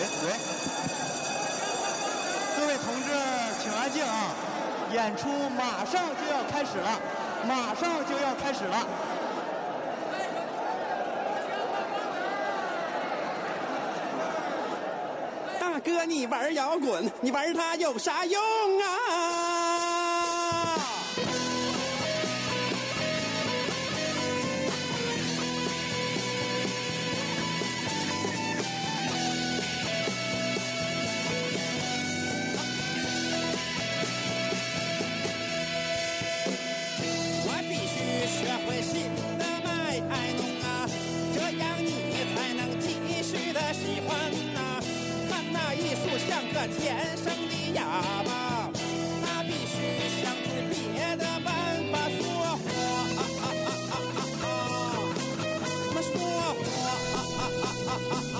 各位同志，请安静啊！演出马上就要开始了，马上就要开始了。 大哥，你玩摇滚，你玩它有啥用啊？我必须学会新的卖弄啊，这样你才能继续的喜欢啊。那艺术像个天生的哑巴，他必须想出别的办法说话，说话。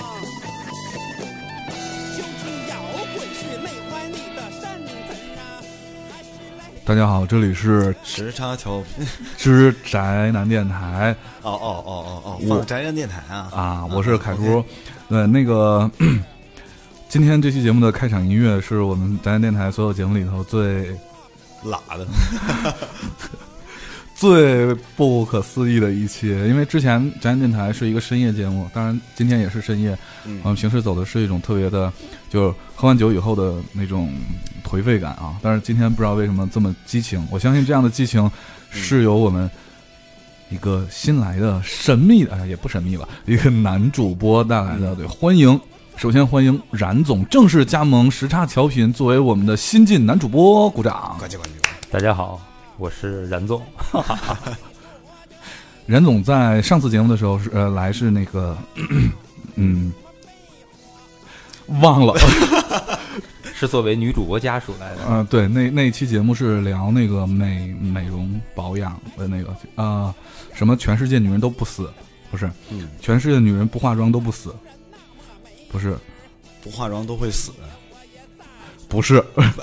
究竟摇滚是累坏你的身份啊，还是累？ 大家好，这里是时差调频之宅男电台。 放宅人电台啊！ 我是凯叔。对，那个今天这期节目的开场音乐是我们宅男电台所有节目里头最拉的最不可思议的一期，因为之前宅男电台是一个深夜节目，当然今天也是深夜。我们平时走的是一种特别的，就是喝完酒以后的那种颓废感啊。但是今天不知道为什么这么激情，我相信这样的激情是由我们一个新来的神秘的，也不神秘了，一个男主播带来的。对，欢迎，首先欢迎冉总正式加盟时差调频，作为我们的新晋男主播，鼓掌！ 关机！ 大家好，我是冉总。 冉总在上次节目的时候是来是那个忘了是作为女主播家属来的。 对，那一期节目是聊那个美容保养的那个什么全世界女人都不死，不是，全世界女人不化妆都不死，不是， 不化妆都会死， 不是，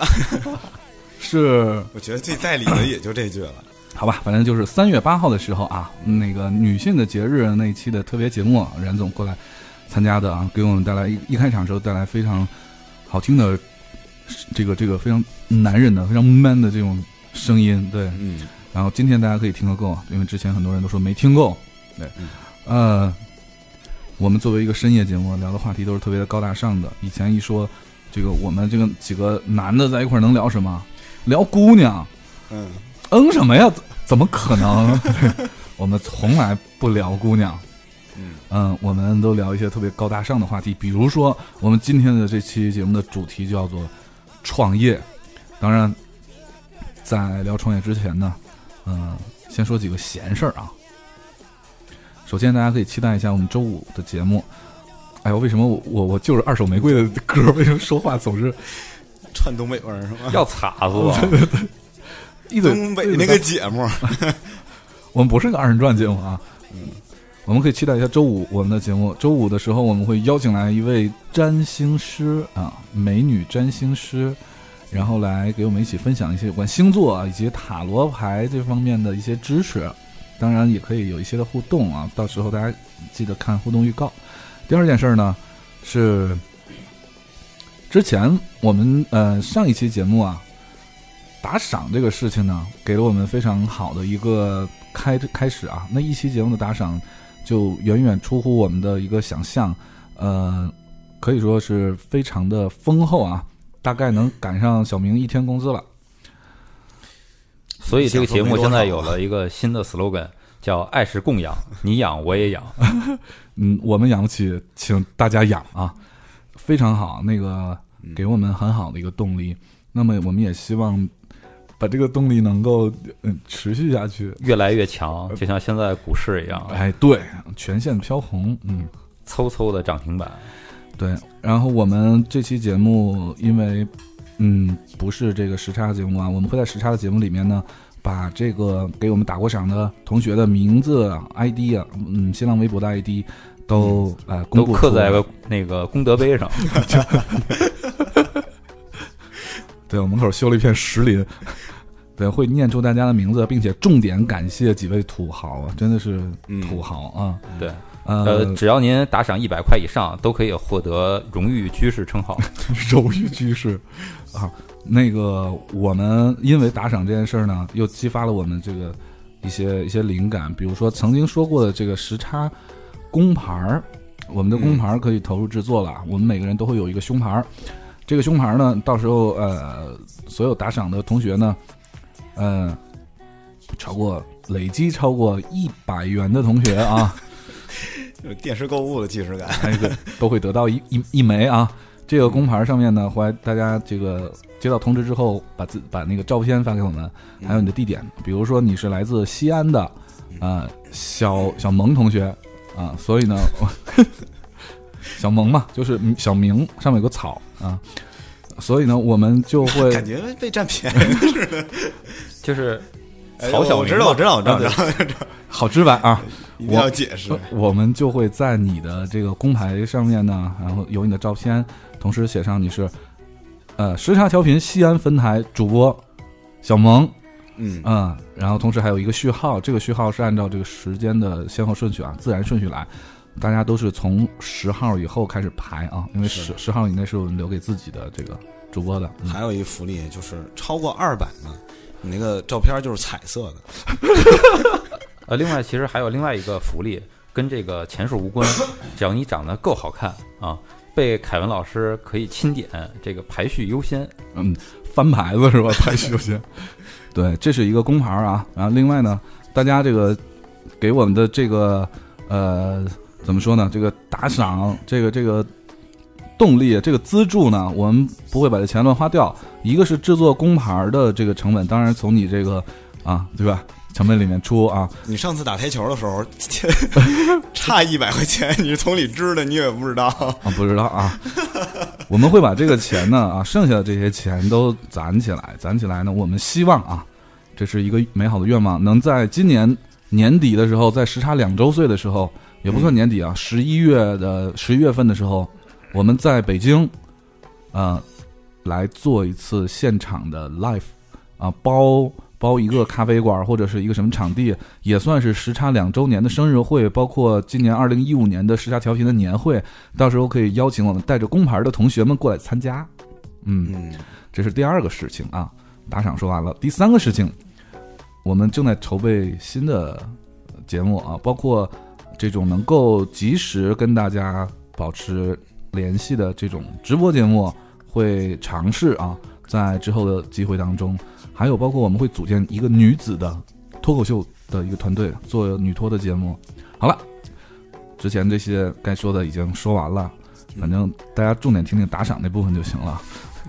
是， 我觉得最在理的也就这句了。 好吧，反正就是3月8号的时候啊，那个女性的节日那一期的特别节目，冉总过来参加的啊，给我们带来一开场的时候带来非常好听的这个非常男人的非常 man 的这种声音，对，然后今天大家可以听个够，因为之前很多人都说没听够，对，我们作为一个深夜节目，聊的话题都是特别的高大上的。以前一说这个我们这个几个男的在一块能聊什么？聊姑娘，什么呀？怎么可能？我们从来不聊姑娘，我们都聊一些特别高大上的话题，比如说我们今天的这期节目的主题叫做创业。当然，在聊创业之前呢，先说几个闲事儿啊。首先，大家可以期待一下我们周五的节目。哎呦，为什么我就是二手玫瑰的歌，为什么说话总是串东北味儿是吧？ 要擦子我。 一嘴东北那个节目， 我们不是个二人转节目啊。我们可以期待一下周五我们的节目。周五的时候，我们会邀请来一位占星师啊，美女占星师，然后来给我们一起分享一些有关星座啊以及塔罗牌这方面的一些知识。当然也可以有一些的互动啊，到时候大家记得看互动预告。第二件事呢是，之前我们上一期节目啊，打赏这个事情呢，给了我们非常好的一个开始啊。那一期节目的打赏就远远出乎我们的一个想象，可以说是非常的丰厚啊，大概能赶上小明1天工资了。 所以这个节目现在有了一个新的 slogan， 叫“爱是供养，你养我也养”。 我们养不起，请大家养啊，非常好，那个给我们很好的一个动力。那么我们也希望把这个动力能够持续下去， 越来越强，就像现在股市一样。 哎，对，全线飘红， 嗖嗖的涨停板。 对，然后我们这期节目因为不是这个时差节目啊，我们会在时差的节目里面呢，把这个给我们打过赏的同学的名字、ID 啊，新浪微博的 ID 都公布， 都刻在那个功德碑上。 对，我门口修了一片石林，对，会念出大家的名字，并且重点感谢几位土豪啊，真的是土豪啊。 对， 只要您打赏100块以上，都可以获得荣誉居士称号。 荣誉居士啊，那个我们因为打赏这件事儿呢，又激发了我们这个一些灵感，比如说曾经说过的这个时差工牌儿，我们的工牌可以投入制作了，我们每个人都会有一个胸牌，这个胸牌呢，到时候所有打赏的同学呢，累积超过100元的同学啊。 电视购物的即视感， 都会得到一枚啊。这个工牌上面呢，欢迎大家这个接到通知之后，把那个照片发给我们，还有你的地点。比如说你是来自西安的小萌同学啊，所以呢，小萌嘛，就是小明上面有个草啊，所以呢，我们就会感觉被占便宜似的， 就是曹小明， 我知道， 好直白啊。 一定要解释， 我们就会在你的这个工牌上面呢，然后有你的照片，同时写上你是时差调频西安分台主播小萌，然后同时还有一个序号，这个序号是按照这个时间的先后顺序啊，自然顺序来，大家都是从10号以后开始排啊，因为10号以内是我们留给自己的这个主播的。 还有一个福利就是超过200呢，你那个照片就是彩色的。 另外其实还有另外一个福利，跟这个钱数无关，只要你长得够好看啊，被凯文老师可以钦点这个排序优先， 翻牌子是吧？排序优先，对，这是一个工牌啊。然后另外呢，大家这个给我们的这个怎么说呢？这个打赏，这个动力，这个资助呢，我们不会把这钱乱花掉。一个是制作工牌的这个成本，当然从你这个对吧？成本里面出啊！ 你上次打台球的时候差100块钱，你是从里支的，你也不知道啊？不知道啊！我们会把这个钱呢剩下的这些钱都攒起来呢，我们希望啊，这是一个美好的愿望，能在今年年底的时候，在时差2周岁的时候，也不算年底啊，11月份的时候，我们在北京来做一次现场的 live 啊，包一个咖啡馆或者是一个什么场地，也算是时差2周年的生日会，包括今年2015年的时差调频的年会，到时候可以邀请我们带着工牌的同学们过来参加。这是第2个事情啊，打赏说完了。第3个事情，我们正在筹备新的节目啊，包括这种能够及时跟大家保持联系的这种直播节目，会尝试啊，在之后的机会当中。还有包括我们会组建一个女子的脱口秀的一个团队，做女脱的节目。好了，之前这些该说的已经说完了，反正大家重点听听打赏那部分就行了。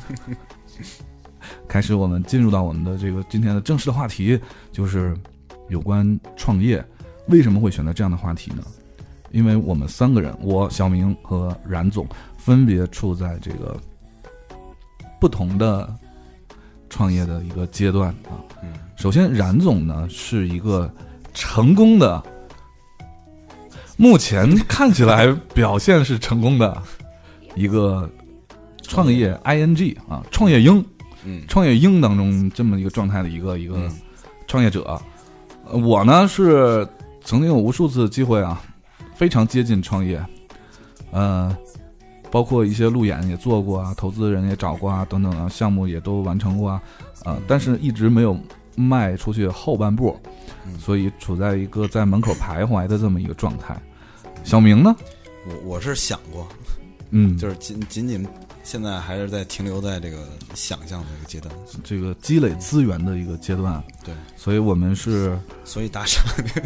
开始我们进入到我们的这个今天的正式的话题，就是有关创业。为什么会选择这样的话题呢？因为我们3个人，我小明和冉总分别处在这个不同的创业的一个阶段啊。首先冉总呢是一个成功的，目前看起来表现是成功的一个创业 ING 啊，创业鹰，创业鹰当中这么一个状态的一个创业者。我呢是曾经有无数次机会啊，非常接近创业，包括一些路演也做过啊，投资人也找过啊，等等啊，项目也都完成过啊，但是一直没有迈出去后半步，所以处在一个在门口徘徊的这么一个状态。小明呢？ 我是想过，就是仅仅现在还是在停留在这个想象的一个阶段， 这个积累资源的一个阶段。 对， 所以我们是， 所以打赏，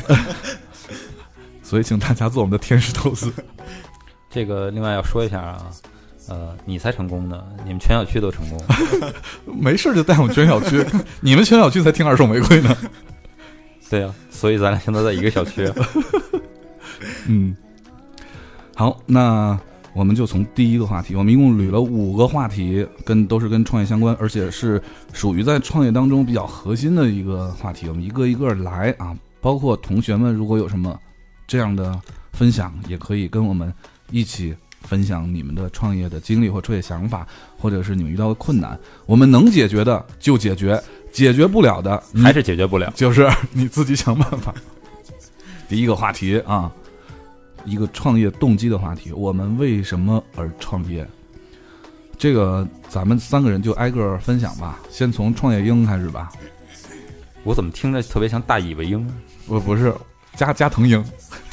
所以请大家做我们的天使投资。 这个另外要说一下啊，你才成功呢，你们全小区都成功， 没事就带我们全小区，你们全小区才听二手玫瑰呢。 对啊，所以咱俩现在在一个小区。 好，那我们就从第一个话题，我们一共捋了5个话题，都是跟创业相关，而且是属于在创业当中比较核心的一个话题。我们一个一个来啊，包括同学们如果有什么这样的分享，也可以跟我们一起分享你们的创业的经历或创业想法，或者是你们遇到的困难，我们能解决的就解决，解决不了的还是解决不了， 就是你自己想办法。第一个话题啊， 一个创业动机的话题，我们为什么而创业？这个咱们3个人就挨个分享吧，先从创业鹰开始吧。 我怎么听着特别像大尾巴鹰？ 不是加藤鹰，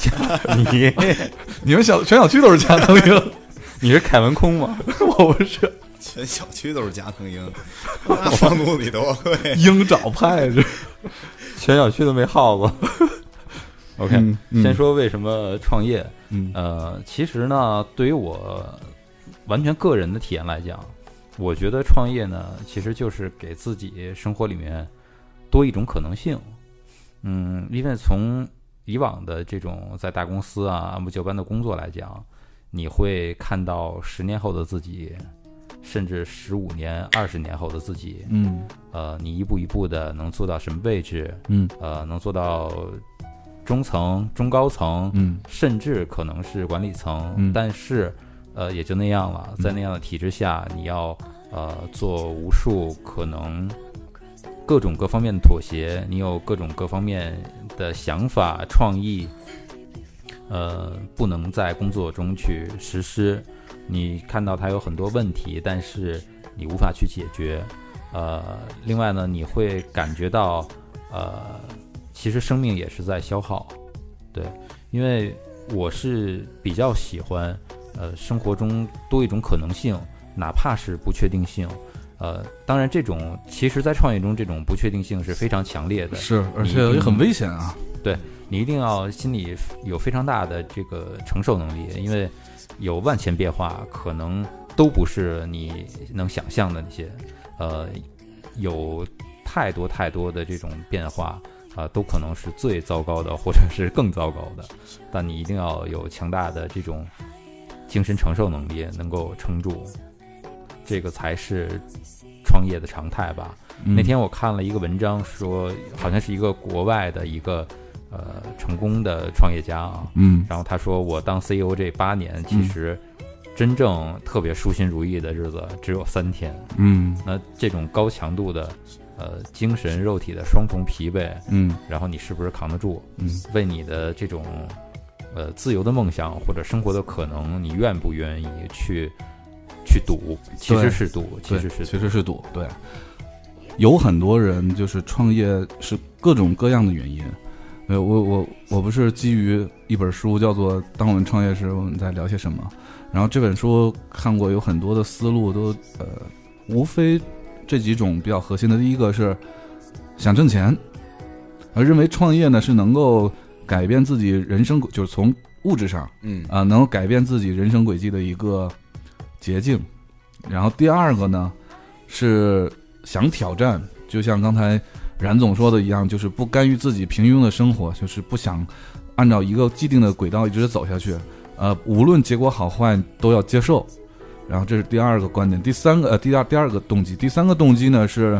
你们全小区都是加藤鹰， 你是凯文空吗？ 我不是， 全小区都是加藤鹰，那房奴里多贵， 鹰爪派是， 全小区都没耗子。OK，先说为什么创业。其实呢，对于我完全个人的体验来讲，我觉得创业呢，其实就是给自己生活里面多一种可能性。因为从以往的这种在大公司啊按部就班的工作来讲，你会看到10年后的自己，甚至15年、20年后的自己。你一步一步的能做到什么位置？能做到中层、中高层，甚至可能是管理层。但是也就那样了。在那样的体制下，你要做无数可能各种各方面的妥协，你有各种各方面的想法、创意，不能在工作中去实施。你看到它有很多问题，但是你无法去解决。另外呢，你会感觉到，其实生命也是在消耗。对，因为我是比较喜欢，生活中多一种可能性，哪怕是不确定性。当然这种其实在创业中这种不确定性是非常强烈的， 是，而且也很危险啊。 对，你一定要心里有非常大的这个承受能力，因为有万千变化，可能都不是你能想象的那些，有太多的这种变化，都可能是最糟糕的，或者是更糟糕的。但你一定要有强大的这种精神承受能力，能够撑住。这个才是创业的常态吧。那天我看了一个文章，说好像是一个国外的一个成功的创业家啊，然后他说我当 CEO 这8年，其实真正特别舒心如意的日子只有3天。那这种高强度的精神肉体的双重疲惫，然后你是不是扛得住？为你的这种自由的梦想或者生活的可能，你愿不愿意去赌？其实是赌。对，有很多人就是创业是各种各样的原因。我不是基于一本书叫做《当我们创业时我们在聊些什么》，然后这本书看过有很多的思路都无非这几种比较轨迹的。第一个是想挣钱，认为创业呢是能够改变自己人生，就是从物质上能够改变自己人生轨迹的一个捷径。然后第二个呢是想挑战，就像刚才冉总说的一样，就是不甘于自己平庸的生活，就是不想按照一个既定的轨道一直走下去，无论结果好坏都要接受。然后这是第二个观点。第二个动机。第三个动机呢是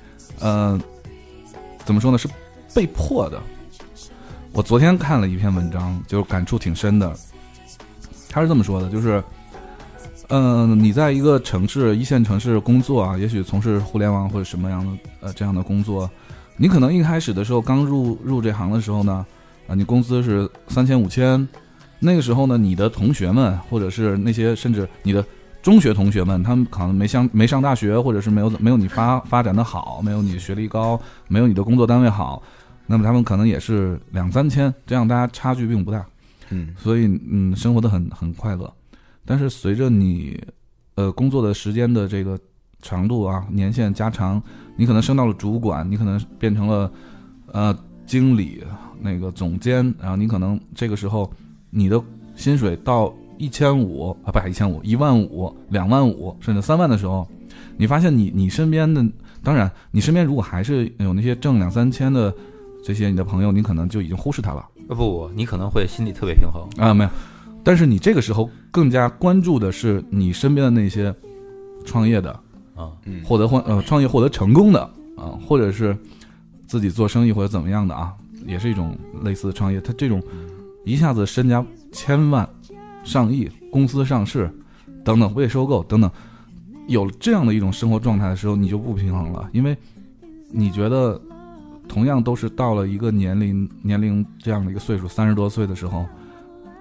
怎么说呢，是被迫的。我昨天看了一篇文章，就是感触挺深的。他是这么说的，就是你在一个城市1线城市工作啊，也许从事互联网或者什么样的这样的工作，你可能一开始的时候刚入这行的时候呢，你工资是3000、5000，那个时候呢，你的同学们或者是那些甚至你的中学同学们，他们可能没上大学，或者是没有你发展的好，没有你学历高，没有你的工作单位好，那么他们可能也是2、3千，这样大家差距并不大。所以生活的很快乐。但是随着你工作的时间的这个长度啊，年限加长，你可能升到了主管，你可能变成了经理，那个总监，然后你可能这个时候你的薪水到1500啊，不1500、15000、25000甚至3万的时候，你发现你身边的，当然你身边如果还是有那些挣2、3千的这些你的朋友，你可能就已经忽视他了。 不，你可能会心里特别平衡啊，没有。但是你这个时候更加关注的是你身边的那些创业的获得创业获得成功的或者是自己做生意或者怎么样的啊，也是一种类似的创业。他这种一下子身家1000万、上亿，公司上市等等，被收购等等，有了这样的一种生活状态的时候，你就不平衡了，因为你觉得同样都是到了一个年龄这样的一个岁数，30多岁的时候，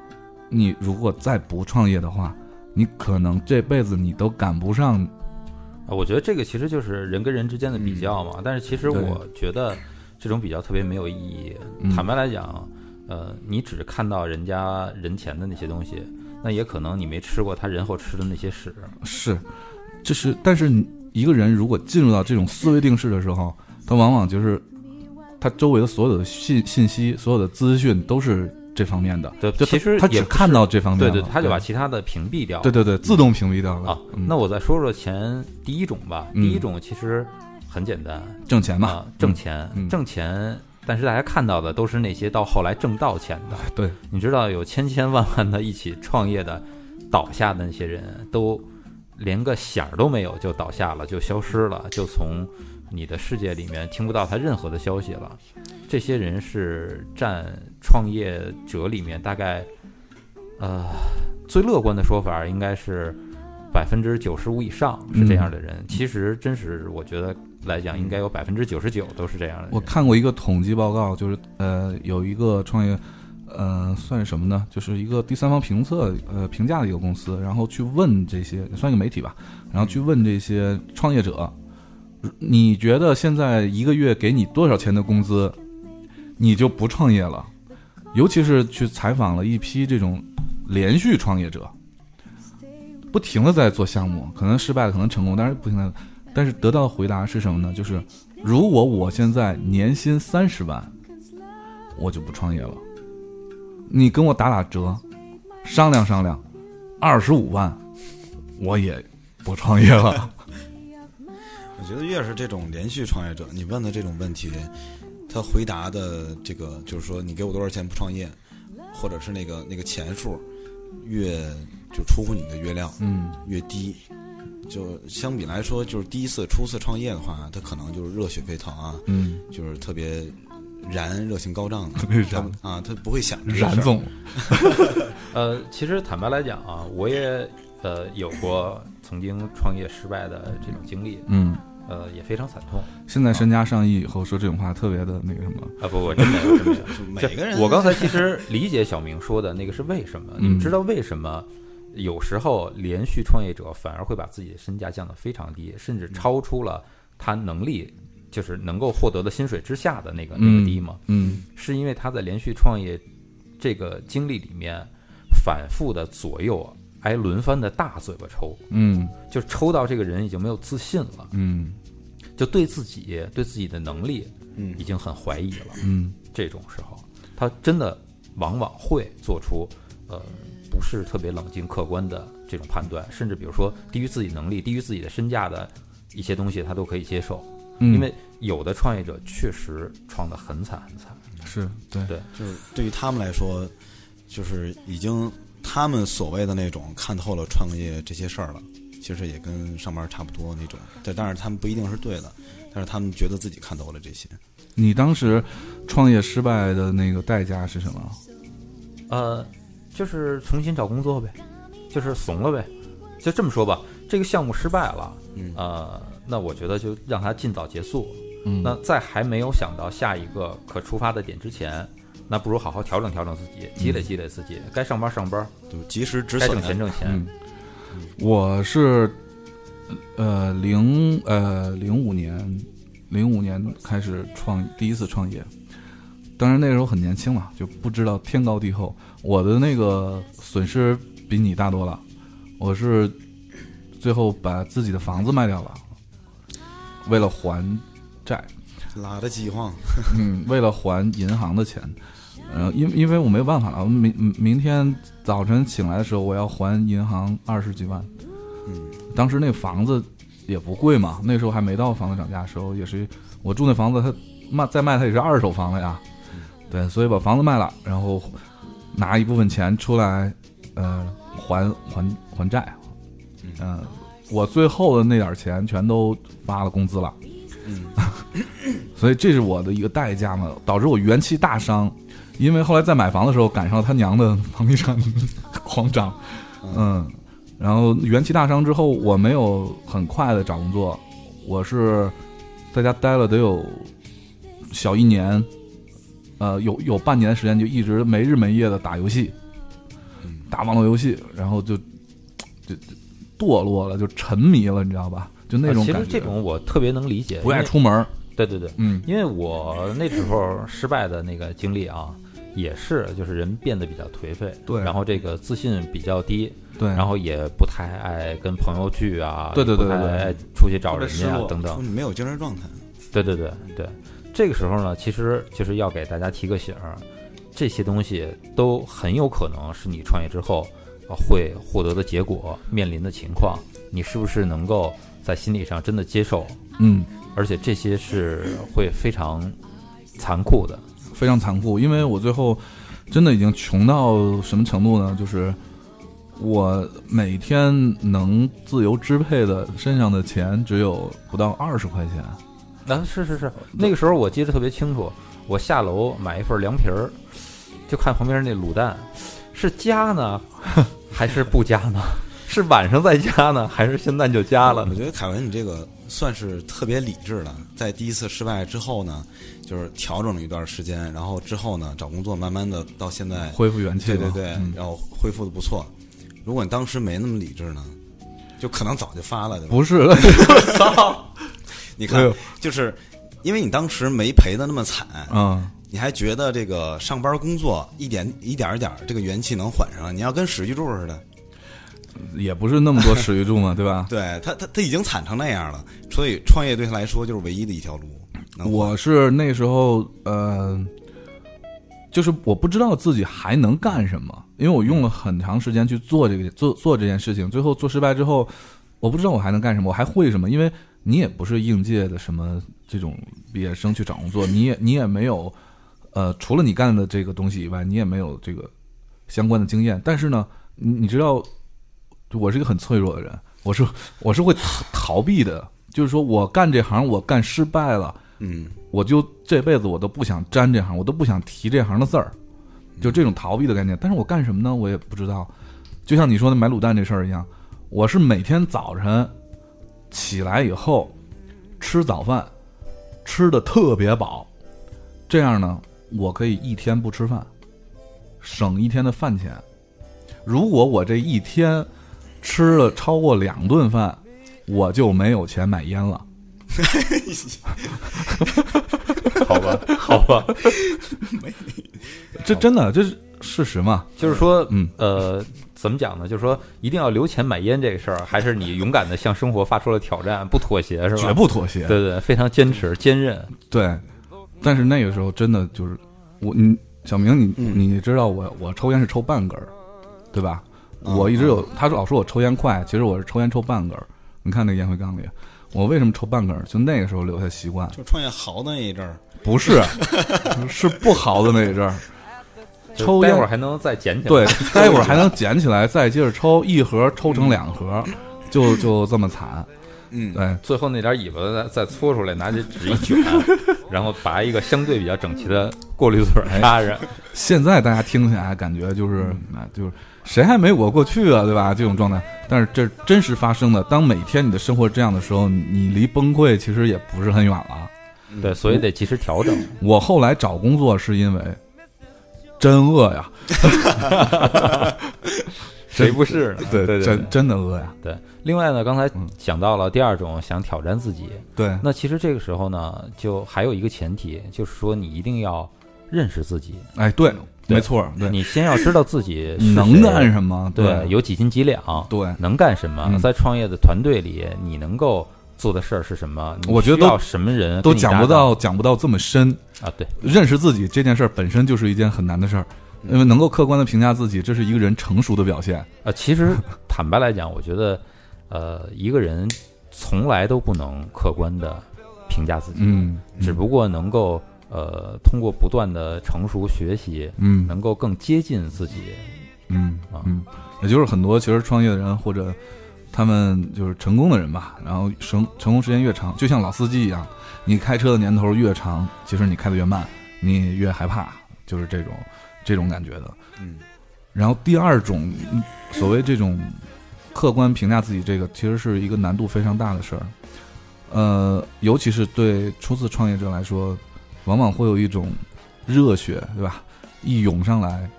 你如果再不创业的话，你可能这辈子你都赶不上。 我觉得这个其实就是人跟人之间的比较嘛，但是其实我觉得这种比较特别没有意义。坦白来讲，你只看到人家人前的那些东西，那也可能你没吃过他人后吃的那些屎。 是，但是一个人如果进入到这种思维定式的时候，他往往就是他周围的所有的信息、所有的资讯都是这方面的。 对， 就其实他只看到这方面了， 对，他就把其他的屏蔽掉了。 对，自动屏蔽掉了。 那我再说说第一种吧。第一种其实很简单， 挣钱嘛， 挣钱。但是大家看到的都是那些到后来挣到钱的。 对， 你知道有千千万万的一起创业的倒下的那些人，都连个响都没有就倒下了，就消失了，就从你的世界里面听不到他任何的消息了。这些人是占创业者里面大概最乐观的说法应该是95%以上是这样的人。其实真实我觉得来讲应该有99%都是这样的人。 我看过一个统计报告，就是有一个创业算是什么呢，就是一个第三方评价的一个公司，然后去问这些，算一个媒体吧，然后去问这些创业者，你觉得现在一个月给你多少钱的工资你就不创业了？尤其是去采访了一批这种连续创业者，不停的在做项目，可能失败了，可能成功，但是不停的，但是得到的回答是什么呢？就是如果我现在年薪30万，我就不创业了。你跟我打折，商量25万，我也不创业了。 我觉得越是这种连续创业者，你问的这种问题，他回答的这个就是说你给我多少钱不创业，或者是那个钱数越就出乎你的预料，越低。就相比来说，就是初次创业的话，他可能就是热血沸腾啊，就是特别热情高涨的，他不会想这燃总。 其实坦白来讲啊，我也有过曾经创业失败的这种经历，也非常惨痛。 现在身家上亿以后说这种话特别的那个什么啊？不，真没有。 每个人， 我刚才其实理解小明说的那个是为什么？你们知道为什么有时候连续创业者反而会把自己的身价降得非常低，甚至超出了他能力就是能够获得的薪水之下的那个低吗？是因为他在连续创业这个经历里面反复的左右挨轮番的大嘴巴抽，就抽到这个人已经没有自信了，就对自己的能力，已经很怀疑了，这种时候，他真的往往会做出不是特别冷静客观的这种判断，甚至比如说低于自己能力、低于自己的身价的一些东西，他都可以接受，因为有的创业者确实创得很惨很惨， 是对， 就是对于他们来说，就是已经。他们所谓的那种看透了创业这些事儿了，其实也跟上班差不多那种。但当然他们不一定是对的，但是他们觉得自己看透了这些。 你当时创业失败的那个代价是什么？ 就是重新找工作呗，就是怂了呗。就这么说吧，这个项目失败了，那我觉得就让它尽早结束。那在还没有想到下一个可出发的点之前。那不如好好调整自己，积累自己，该上班， 就及时止损， 该挣钱。 我是05年开始第一次创业，当然那时候很年轻嘛，就不知道天高地厚。我的那个损失比你大多了，我是最后把自己的房子卖掉了，为了还债。 拉着饥荒， 为了还银行的钱，因为我没有办法了，明天早晨醒来的时候，我要还银行20几万，当时那房子也不贵嘛，那时候还没到房子涨价的时候，也是我住那房子，它再卖它也是二手房了呀，对，所以把房子卖了，然后拿一部分钱出来，还债，我最后的那点钱全都发了工资了。所以这是我的一个代价嘛，导致我元气大伤，因为后来在买房的时候赶上了他娘的房地产狂涨，然后元气大伤之后，我没有很快的找工作，我是在家待了得有小1年，有半年的时间就一直没日没夜的打游戏， 打网络游戏，然后就堕落了，就沉迷了，你知道吧？就那种感觉。 其实这种我特别能理解， 不爱出门。 对对对， 嗯， 因为我那时候失败的那个经历啊，也是就是人变得比较颓废， 对， 然后这个自信比较低， 对， 然后也不太爱跟朋友聚啊， 对， 不太爱出去找人家等等， 没有精神状态。 对，这个时候呢，其实就是要给大家提个醒儿，这些东西都很有可能是你创业之后会获得的结果，面临的情况，你是不是能够在心理上真的接受？而且这些是会非常残酷的， 非常残酷。因为我最后真的已经穷到什么程度呢？就是我每天能自由支配的身上的钱只有不到20块钱。 是，那个时候我记得特别清楚，我下楼买一份凉皮儿，就看旁边那卤蛋，是加呢还是不加呢？是晚上再加呢，还是现在就加了呢？ 我觉得凯文你这个算是特别理智的，在第一次失败之后呢，就是调整了一段时间，然后之后呢找工作，慢慢的到现在恢复元气了。 对，然后恢复的不错。如果你当时没那么理智呢，就可能早就发了，对吧？ 不是， 你看，就是因为你当时没赔的那么惨，你还觉得这个上班工作一点一点这个元气能缓上，你要跟史玉柱似的。 也不是那么多史玉柱嘛，对吧？ 对他已经惨成那样了，所以创业对他来说就是唯一的一条路。 我是那时候就是我不知道自己还能干什么，因为我用了很长时间去做这件事情，最后做失败之后，我不知道我还能干什么，我还会什么？因为你也不是应届的什么这种毕业生去找工作，你也没有除了你干的这个东西以外，你也没有这个相关的经验。但是呢，你知道。我是一个很脆弱的人，我是会逃避的，就是说我干这行我干失败了，我就这辈子我都不想沾这行，我都不想提这行的字儿，就这种逃避的概念。但是我干什么呢？我也不知道。就像你说的买卤蛋这事儿一样，我是每天早晨起来以后吃早饭，吃的特别饱，这样呢，我可以一天不吃饭，省一天的饭钱。如果我这一天吃了超过2顿饭，我就没有钱买烟了。 好吧， 这真的这是事实嘛？ 就是说，怎么讲呢？就是说，一定要留钱买烟这个事儿，还是你勇敢的向生活发出了挑战，不妥协是吧？ 绝不妥协。 对，非常坚持坚韧。 对，但是那个时候真的就是小明，你知道我抽烟是抽半根儿，对吧？我一直有，他老说我抽烟快，其实我是抽烟抽半根儿。你看那个烟灰缸里，我为什么抽半根儿？就那个时候留下习惯。 就创业好的那一阵儿， 不是，是不好的那一阵儿。抽烟待会儿还能再捡起来， 对，待会儿还能捡起来，再接着抽，一盒抽成2盒，就这么惨。对， 最后那点尾巴再搓出来，拿起纸一卷，然后把一个相对比较整齐的过滤嘴插上。 现在大家听起来感觉就是谁还没我过去啊，对吧？这种状态，但是这真实发生的。当每天你的生活这样的时候，你离崩溃其实也不是很远了。 对，所以得及时调整。 我后来找工作是因为真饿呀， 谁不是呢？ 对，真的饿呀。 对，另外呢，刚才讲到了第二种想挑战自己。 对， 那其实这个时候呢，就还有一个前提，就是说你一定要认识自己。 哎，对，没错，对， 你先要知道自己能干什么， 对，有几斤几两， 对， 能干什么，在创业的团队里，你能够做的事儿是什么？ 我觉得需要什么人都讲不到这么深啊。对， 认识自己这件事儿本身就是一件很难的事儿。因为能够客观的评价自己，这是一个人成熟的表现。 其实坦白来讲，我觉得，一个人从来都不能客观的评价自己，只不过能够通过不断的成熟学习，能够更接近自己， 也就是很多其实创业的人或者他们就是成功的人吧，然后成功时间越长，就像老司机一样，你开车的年头越长，其实你开得越慢，你越害怕，就是这种感觉的。然后第二种所谓这种客观评价自己，这个其实是一个难度非常大的事儿。尤其是对初次创业者来说，往往会有一种热血，对吧？一涌上来，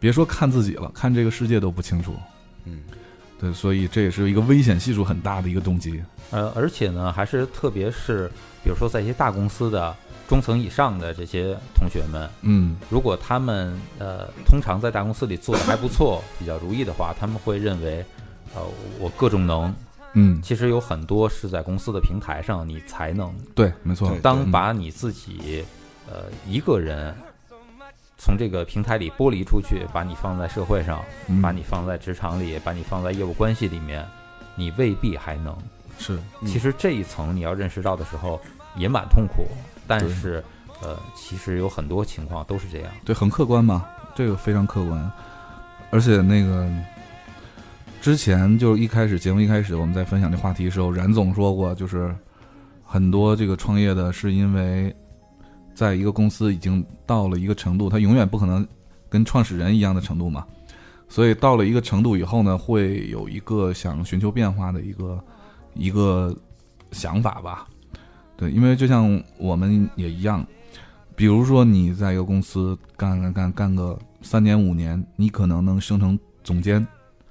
别说看自己了，看这个世界都不清楚。对，所以这也是一个危险系数很大的一个动机。 而且呢，还是特别是比如说在一些大公司的中层以上的这些同学们，如果他们通常在大公司里做的还不错，比较如意的话，他们会认为我各种能。其实有很多是在公司的平台上你才能。 对，没错。 当把你自己一个人从这个平台里剥离出去，把你放在社会上，把你放在职场里，把你放在业务关系里面，你未必还能。 是， 其实这一层你要认识到的时候也蛮痛苦，但是其实有很多情况都是这样。 对，很客观嘛，这个非常客观。而且那个之前就是节目一开始我们在分享这话题的时候，冉总说过，就是很多这个创业的是因为在一个公司已经到了一个程度，他永远不可能跟创始人一样的程度嘛，所以到了一个程度以后呢，会有一个想寻求变化的一个想法吧。对，因为就像我们也一样，比如说你在一个公司干个3年5年，你可能能升成总监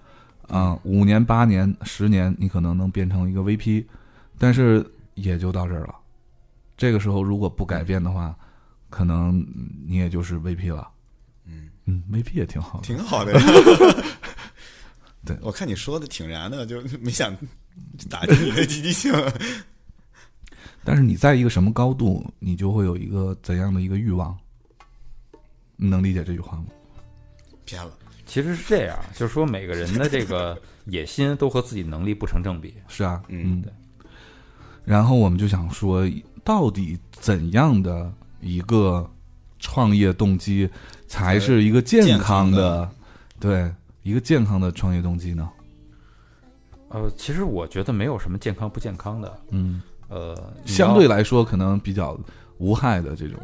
，5年8年10年，你可能能变成一个 VP， 但是也就到这儿了。这个时候如果不改变的话，可能你也就是 VP 了。VP 也挺好的， 挺好的。对，我看你说的挺燃的，就没想打击你的积极性。 但是你在一个什么高度，你就会有一个怎样的一个欲望？你能理解这句话吗？ 偏了。 其实是这样，就是说每个人的这个野心都和自己能力不成正比。 是啊， 对。 然后我们就想说，到底怎样的一个创业动机才是一个健康的，对，一个健康的创业动机呢？ 其实我觉得没有什么健康不健康的， 相对来说可能比较无害的这种，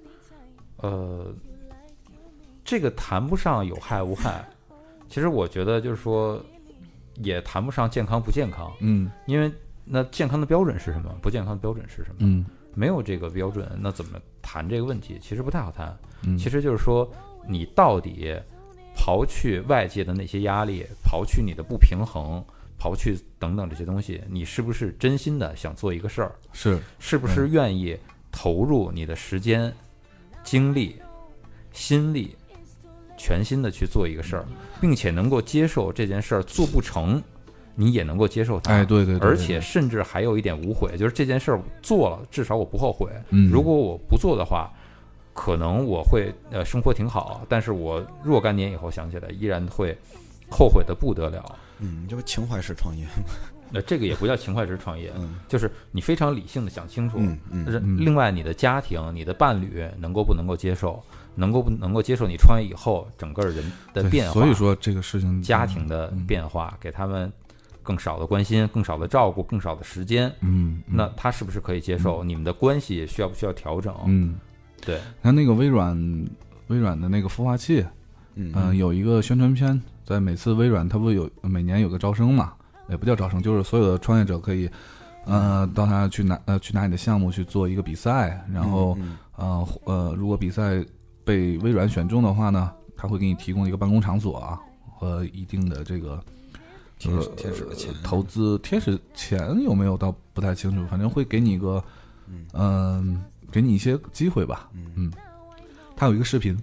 这个谈不上有害无害，其实我觉得就是说，也谈不上健康不健康，因为那健康的标准是什么？不健康的标准是什么？没有这个标准，那怎么谈这个问题？其实不太好谈。其实就是说，你到底刨去外界的那些压力，刨去你的不平衡，刨去等等这些东西，你是不是真心的想做一个事儿？是不是愿意投入你的时间、精力、心力，全心的去做一个事儿，并且能够接受这件事儿做不成，你也能够接受它。 对， 而且甚至还有一点无悔，就是这件事儿做了，至少我不后悔。如果我不做的话，可能我会生活挺好，但是我若干年以后想起来，依然会后悔的不得了。 这不情怀式创业吗？ 这个也不叫情怀式创业，就是你非常理性的想清楚。另外，你的家庭、你的伴侣能够不能够接受，能够接受你创业以后整个人的变化。 所以说这个事情， 家庭的变化，给他们更少的关心、更少的照顾、更少的时间。那他是不是可以接受？你们的关系需要不需要调整？对。 那个微软的那个孵化器，有一个宣传片，在每次微软它不每年有个招生嘛，也不叫招生，就是所有的创业者可以到他去拿你的项目去做一个比赛，然后如果比赛被微软选中的话呢，他会给你提供一个办公场所和一定的这个天使的钱投资。天使钱有没有倒不太清楚，反正会给你一个给你一些机会吧。他有一个视频，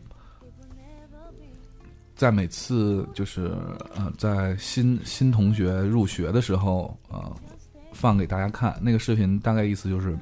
在每次就是在新同学入学的时候放给大家看。那个视频大概意思就是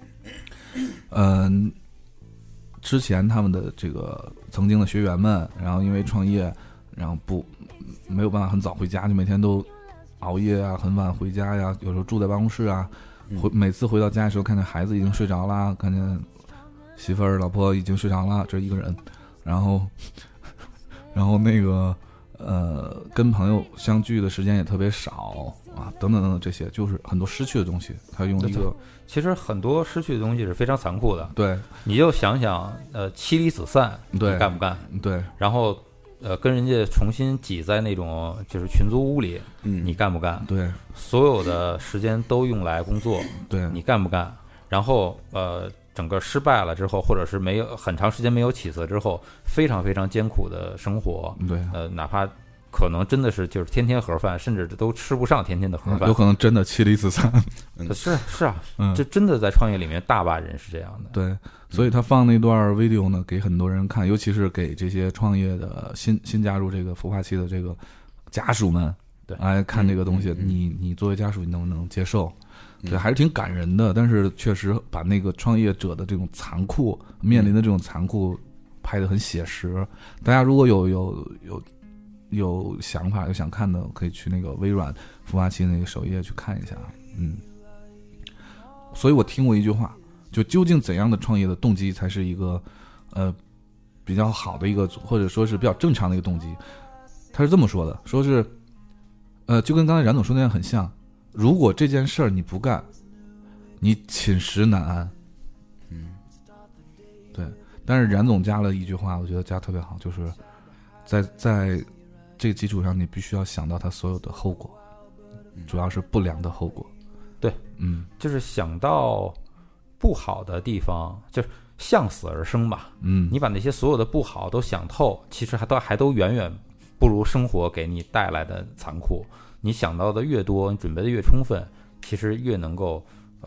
之前他们的这个曾经的学员们，然后因为创业，然后没有办法很早回家，就每天都熬夜啊，很晚回家呀，有时候住在办公室啊，每次回到家的时候看见孩子已经睡着了，看见媳妇儿老婆已经睡着了，这一个人，然后那个跟朋友相聚的时间也特别少等等等等，这些就是很多失去的东西。他用一个， 其实很多失去的东西是非常残酷的。 对， 你就想想妻离子散， 对， 你干不干？ 对， 然后跟人家重新挤在那种就是群租屋里，你干不干？ 对， 所有的时间都用来工作， 对， 你干不干？然后整个失败了之后，或者是没有很长时间没有起色之后，非常非常艰苦的生活， 对， 哪怕可能真的是就是天天盒饭，甚至都吃不上天天的盒饭， 有可能真的妻离子散。 是啊， 嗯， 这真的在创业里面大把人是这样的。 对，所以他放那段 video 呢，给很多人看，尤其是给这些创业的新加入这个孵化器的这个家属们， 对， 来看这个东西，你作为家属，你能不能接受？对，还是挺感人的，但是确实把那个创业者的这种残酷面临的这种残酷拍得很写实。大家如果有想法有想看的，可以去那个微软孵化器那个首页去看一下。所以我听过一句话，就究竟怎样的创业的动机才是一个比较好的一个，或者说是比较正常的一个动机？他是这么说的，说是就跟刚才冉总说的那样很像。如果这件事儿你不干，你寝食难安。对。但是冉总加了一句话，我觉得加特别好，就是在这个基础上，你必须要想到它所有的后果，主要是不良的后果。 对，就是想到不好的地方，就是向死而生吧。你把那些所有的不好都想透，其实还都远远不如生活给你带来的残酷。你想到的越多，你准备的越充分，其实越能够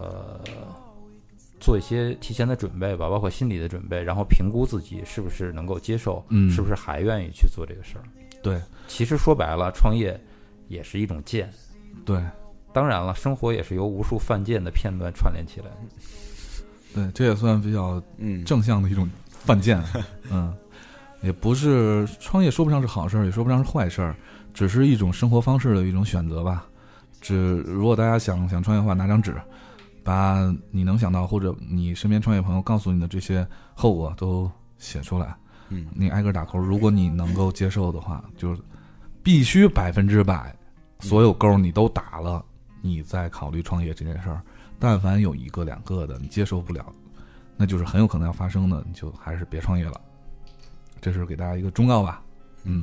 做一些提前的准备吧，包括心理的准备，然后评估自己是不是能够接受，是不是还愿意去做这个事儿。 对， 其实说白了，创业也是一种剑。 对， 当然了，生活也是由无数犯贱的片段串联起来的。 对，这也算比较正向的一种犯贱。也不是创业说不上是好事儿，也说不上是坏事儿。只是一种生活方式的一种选择吧。如果大家想创业的话，拿张纸，把你能想到或者你身边创业朋友告诉你的这些后果都写出来。你挨个打勾。如果你能够接受的话，就是必须100%所有勾你都打了，你再考虑创业这件事儿。但凡有1个2个的你接受不了，那就是很有可能要发生的，你就还是别创业了。这是给大家一个忠告吧。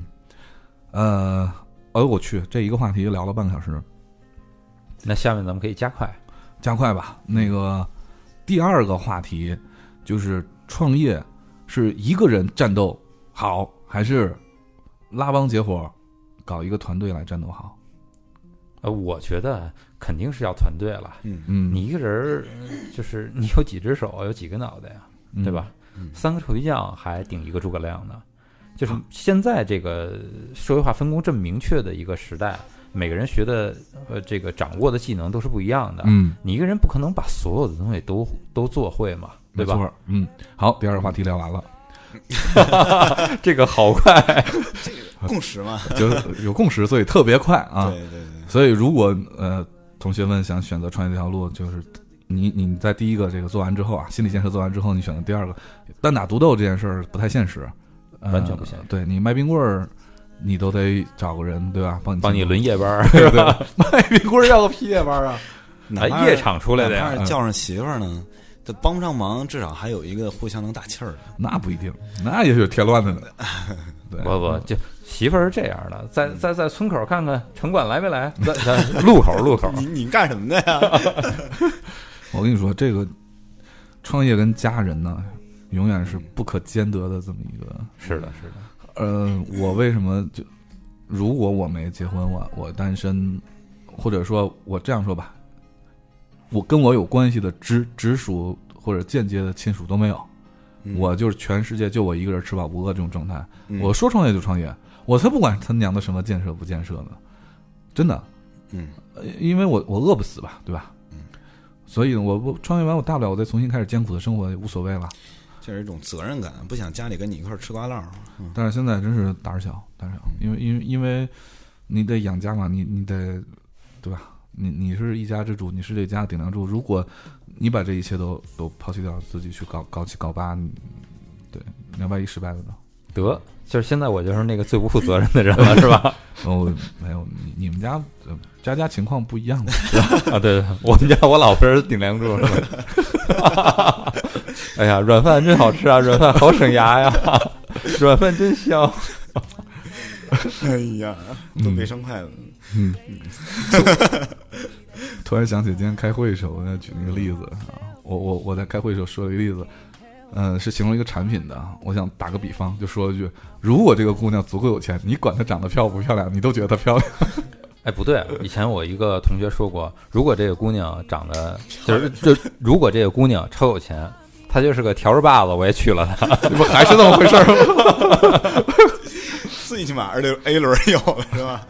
我去，这一个话题聊了半个小时。 那下面咱们可以加快吧。那个第二个话题就是创业是一个人战斗好，还是拉帮结伙搞一个团队来战斗好？ 我觉得肯定是要团队了。你一个人就是你有几只手，有几个脑袋呀，对吧？3个臭皮匠还顶一个诸葛亮呢。就是现在这个社会化分工这么明确的一个时代，每个人学的这个掌握的技能都是不一样的。你一个人不可能把所有的东西都做会嘛，对吧？ 没错。好，第二个话题聊完了。 这个好快， 这个共识嘛， 就有共识，所以特别快啊。 对。 所以如果同学们想选择创业这条路，就是你在第一个这个做完之后啊，心理建设做完之后，你选择第二个，单打独斗这件事儿不太现实。 完全不现实。 对，你卖冰棍儿，你都得找个人，对吧？帮你轮夜班。 对，卖冰棍儿要个屁夜班啊！ 夜场出来的呀， 哪怕叫上媳妇儿呢，这帮不上忙，至少还有一个互相能打气儿的。 那不一定，那也有添乱的呢。对， 不，就媳妇儿是这样的，在村口看看城管来没来，在路口。 你干什么的呀？ 我跟你说，这个创业跟家人呢，永远是不可兼得的这么一个。 是的。 我为什么如果我没结婚，我单身，或者说我这样说吧，我跟我有关系的直属或者间接的亲属都没有，我就是全世界就我一个人吃饱不饿这种状态。我说创业就创业，我才不管他娘的什么建设不建设呢，真的。因为我饿不死吧，对吧？所以我创业完，我大不了我再重新开始艰苦的生活，也无所谓了。 就是一种责任感，不想家里跟你一块吃瓜烂。 但是现在真是胆小，因为你得养家嘛，你得，对吧？你是一家之主，你是这家的顶梁柱。如果你把这一切都抛弃掉，自己去搞七搞八，对，你万一失败了呢？ 得，就是现在我就是那个最不负责任的人了，是吧？ 没有，你们家家情况不一样的啊，对，我们家我老婆是顶梁柱，是吧？哎呀，软饭真好吃啊，软饭好省牙呀，软饭真香。 哎呀，都没生筷子。 突然想起今天开会的时候，我要举那个例子啊， 我在开会的时候说了一个例子，是形容一个产品的。我想打个比方，就说了一句：如果这个姑娘足够有钱，你管她长得漂不漂亮，你都觉得她漂亮。 哎，不对，以前我一个同学说过，如果这个姑娘长得如果这个姑娘超有钱，她就是个条儿把子，我也娶了她， 这不还是那么回事吗？ 最起码A 轮有了是吧？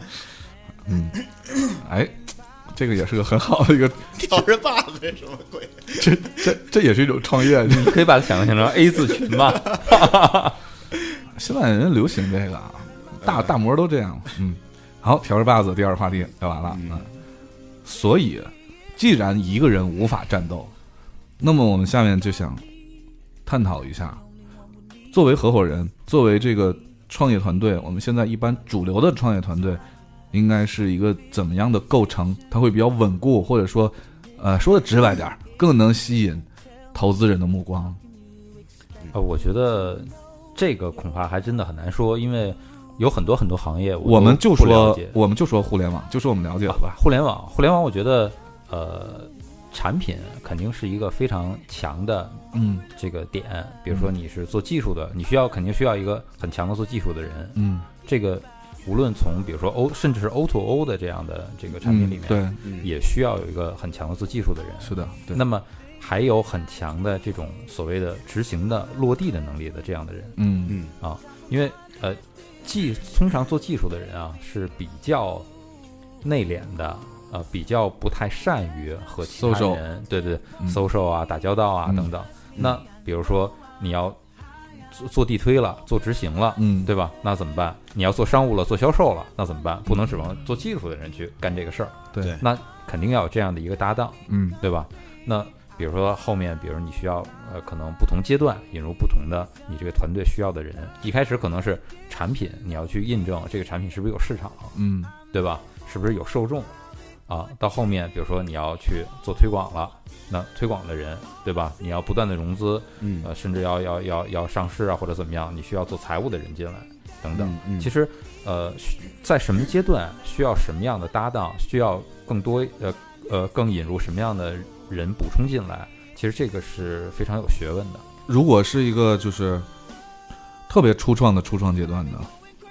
哎，这个也是个很好的一个挑着把子什么鬼？ 这也是一种创业。 你可以把它想象成 A 字裙嘛。 现在人流行这个啊，大模都这样。好，调着把子，第二个话题聊完了。所以，既然一个人无法战斗，那么我们下面就想探讨一下，作为合伙人，作为这个创业团队，我们现在一般主流的创业团队应该是一个怎么样的构成？它会比较稳固，或者说，说的直白点，更能吸引投资人的目光。 我觉得这个恐怕还真的很难说，因为有很多行业我们就说互联网，就说我们了解的吧。 互联网，我觉得产品肯定是一个非常强的这个点。比如说你是做技术的，你肯定需要一个很强的做技术的人。这个无论从比如说甚至是 O2O 的这样的这个产品里面， 对， 也需要有一个很强的做技术的人。 是的，对。 那么还有很强的这种所谓的执行的落地的能力的这样的人。因为通常做技术的人啊是比较内敛的，比较不太善于和其他人social 啊打交道啊等等。那比如说你要做地推了，做执行了，对吧？那怎么办？你要做商务了，做销售了，那怎么办？不能指望做技术的人去干这个事儿。 对， 那肯定要有这样的一个搭档，对吧？那比如说后面，比如你需要可能不同阶段引入不同的你这个团队需要的人。一开始可能是产品，你要去印证这个产品是不是有市场，对吧？是不是有受众啊？到后面比如说你要去做推广了，那推广的人，对吧？你要不断的融资，甚至要上市啊或者怎么样，你需要做财务的人进来等等。其实在什么阶段需要什么样的搭档，需要更多更引入什么样的人补充进来，其实这个是非常有学问的。 如果是一个就是特别初创阶段的，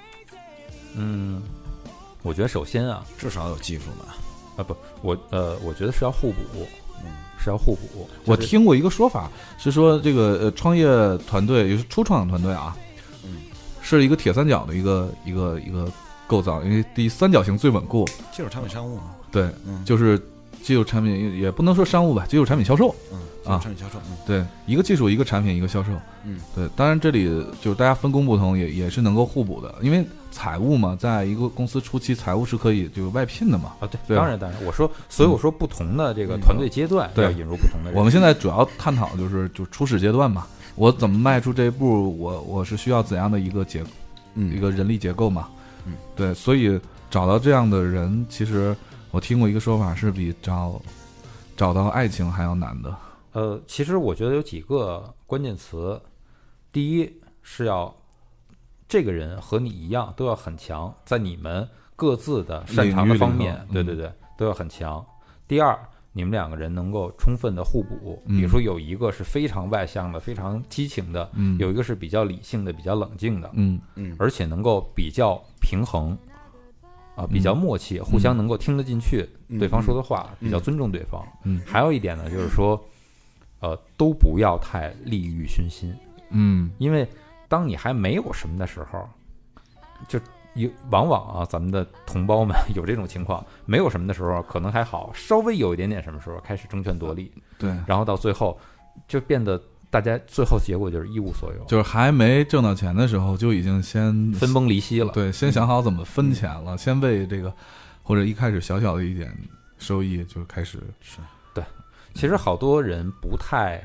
我觉得首先啊， 至少有技术吧。 我觉得是要互补，是要互补。 我听过一个说法是说，这个创业团队，也是初创团队啊，是一个铁三角的一个构造，因为第三角形最稳固， 技术产品商务嘛。 对，就是技术产品也不能说商务吧，技术产品销售， 技术产品销售， 对，一个技术一个产品一个销售，对，当然这里就是大家分工不同，也是能够互补的，因为财务嘛，在一个公司初期，财务是可以就是外聘的嘛， 对，当然，所以我说不同的这个团队阶段要引入不同的人。 我们现在主要探讨就初始阶段嘛，我怎么迈出这一步，我是需要怎样的一个一个人力结构嘛，对，所以找到这样的人，其实我听过一个说法是比找到爱情还要难的。 其实我觉得有几个关键词，第一是要这个人和你一样都要很强，在你们各自的擅长的方面，对，都要很强。第二，你们两个人能够充分的互补，比如说有一个是非常外向的、非常激情的，有一个是比较理性的、比较冷静的，而且能够比较平衡。比较默契，互相能够听得进去对方说的话，比较尊重对方。还有一点呢，就是说，都不要太利欲熏心。因为当你还没有什么的时候，就往往咱们的同胞们有这种情况，没有什么的时候可能还好，稍微有一点点什么时候开始争权夺利， 对， 然后到最后就变得大家最后结果就是一无所有， 就是还没挣到钱的时候就已经先分崩离析了。 对，先想好怎么分钱了，先为这个或者一开始小小的一点收益就开始是对。其实好多人不太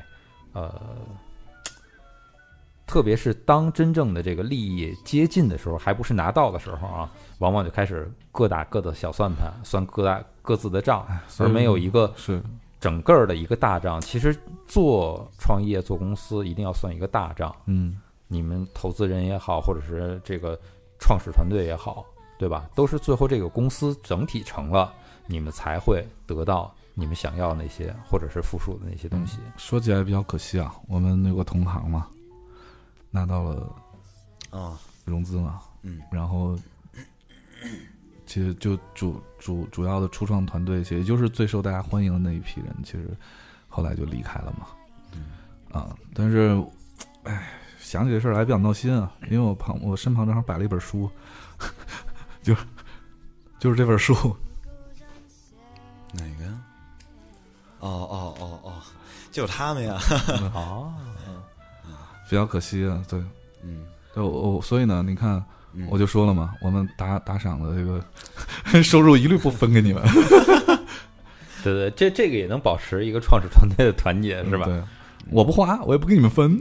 特别是当真正的这个利益接近的时候，还不是拿到的时候啊，往往就开始各打各的小算盘，算各自的账，而没有一个是整个的一个大账。其实做创业做公司一定要算一个大账，你们投资人也好，或者是这个创始团队也好，对吧？都是最后这个公司整体成了，你们才会得到你们想要那些或者是附属的那些东西。 说起来比较可惜啊，我们有个同行嘛，拿到了融资嘛，然后其实就主要的初创团队，其实就是最受大家欢迎的那一批人，其实后来就离开了嘛。但是，想起这事儿来比较闹心啊，因为我身旁正好摆了一本书，就是这本书。 哪个？就他们呀。 比较可惜啊，对，所以呢，你看，我就说了嘛，我们打赏的这个收入一律不分给你们。 对，这个也能保持一个创始团队的团结，是吧？ 对，我不花，我也不给你们分。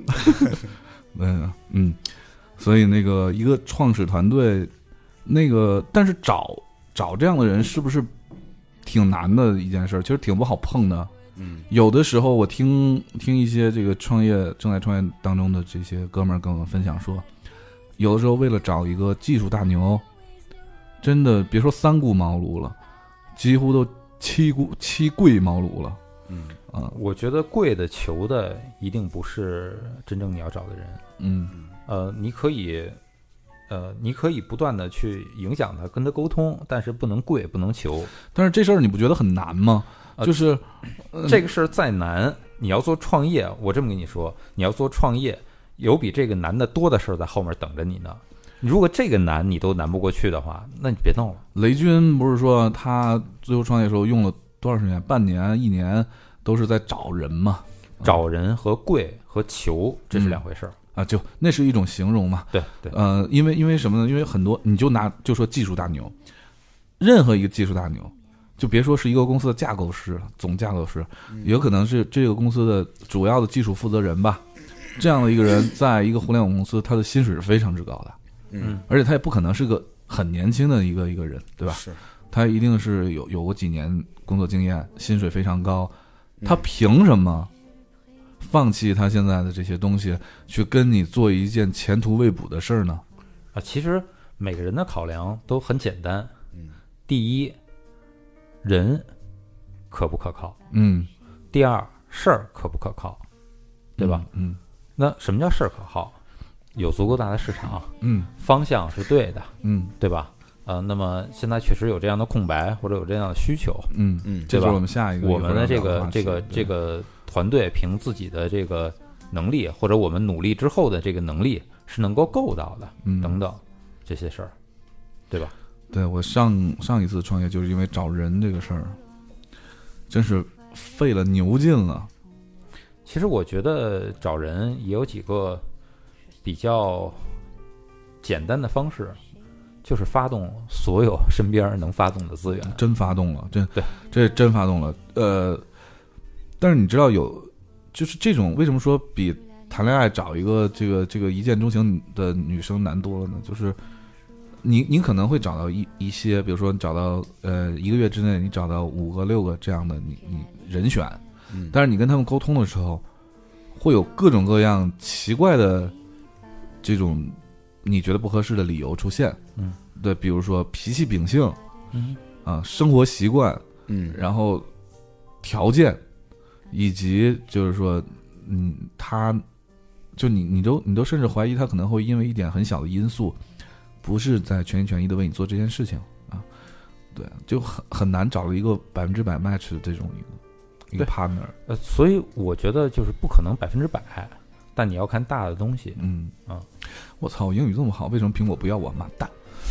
所以那个一个创始团队，那个但是找这样的人是不是挺难的一件事？其实挺不好碰的。有的时候我听一些这个正在创业当中的这些哥们儿跟我们分享说，有的时候为了找一个技术大牛，真的别说3顾茅庐了，几乎都7跪茅庐了。 我觉得跪的求的一定不是真正你要找的人。你可以不断的去影响他，跟他沟通，但是不能跪，不能求。 但是这事儿你不觉得很难吗？就是这个事儿再难，你要做创业，我这么跟你说，你要做创业，有比这个难的多的事儿在后面等着你呢。如果这个难你都难不过去的话，那你别弄了。 雷军不是说他最后创业的时候用了多少时间？半年、1年都是在找人嘛？ 找人和跪和求这是2回事儿。 就那是一种形容嘛。 对。 因为什么呢？因为很多你就说技术大牛，任何一个技术大牛，就别说是一个公司的架构师、总架构师，有可能是这个公司的主要的技术负责人吧。这样的一个人，在一个互联网公司，他的薪水是非常之高的。而且他也不可能是个很年轻的一个人，对吧？ 是， 他一定是有过几年工作经验，薪水非常高。他凭什么放弃他现在的这些东西，去跟你做一件前途未卜的事儿呢？ 其实每个人的考量都很简单。第一，人可不可靠？第二，事儿可不可靠？对吧？那什么叫事儿可靠？有足够大的市场，方向是对的，对吧？那么现在确实有这样的空白，或者有这样的需求， 这是我们下一个我们的这个团队凭自己的这个能力，或者我们努力之后的这个能力是能够够到的，等等这些事儿，对吧？ 对，我上一次创业就是因为找人这个事儿，真是费了牛劲了。 其实我觉得找人也有几个比较简单的方式，就是发动所有身边能发动的资源。 真发动了， 对， 这真发动了。但是你知道就是这种为什么说比谈恋爱找一个这个一见钟情的女生难多了呢？就是你可能会找到一些，比如说你找到1个月之内你找到5个6个这样的你人选，但是你跟他们沟通的时候，会有各种各样奇怪的这种你觉得不合适的理由出现。对，比如说脾气秉性，生活习惯，然后条件，以及就是说他就你都甚至怀疑他可能会因为一点很小的因素，不是在全心全意的为你做这件事情啊。对，就很难找到一个100% match 的这种一个 partner。 所以我觉得就是不可能100%，但你要看大的东西。 我操，我英语这么好，为什么苹果不要我？妈蛋！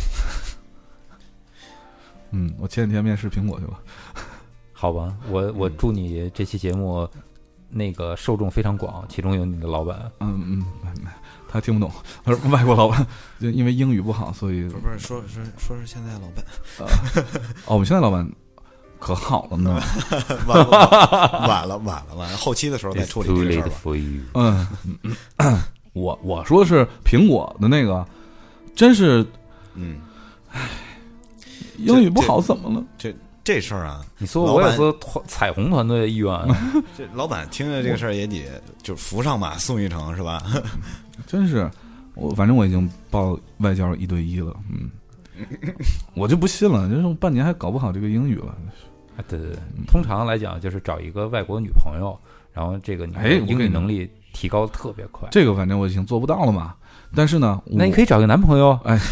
我前几天面试苹果去了。 好吧，我祝你这期节目那个受众非常广，其中有你的老板。 他听不懂，他说外国老板，就因为英语不好，所以不是说是现在老板。 我们现在老板可好了呢。 晚了，后期的时候再处理这个事儿吧。 我说的是苹果的那个，真是，英语不好怎么了？ 这事儿啊， 你说我也做彩虹团队的一员， 这老板听着这个事儿也得就扶上马送一程是吧？ 真是，反正我已经报外教1对1了，我就不信了，就是半年还搞不好这个英语了。 对对对，通常来讲就是找一个外国女朋友，然后这个你英语能力提高的特别快。 这个反正我已经做不到了嘛。但是呢， 那你可以找个男朋友。 哎，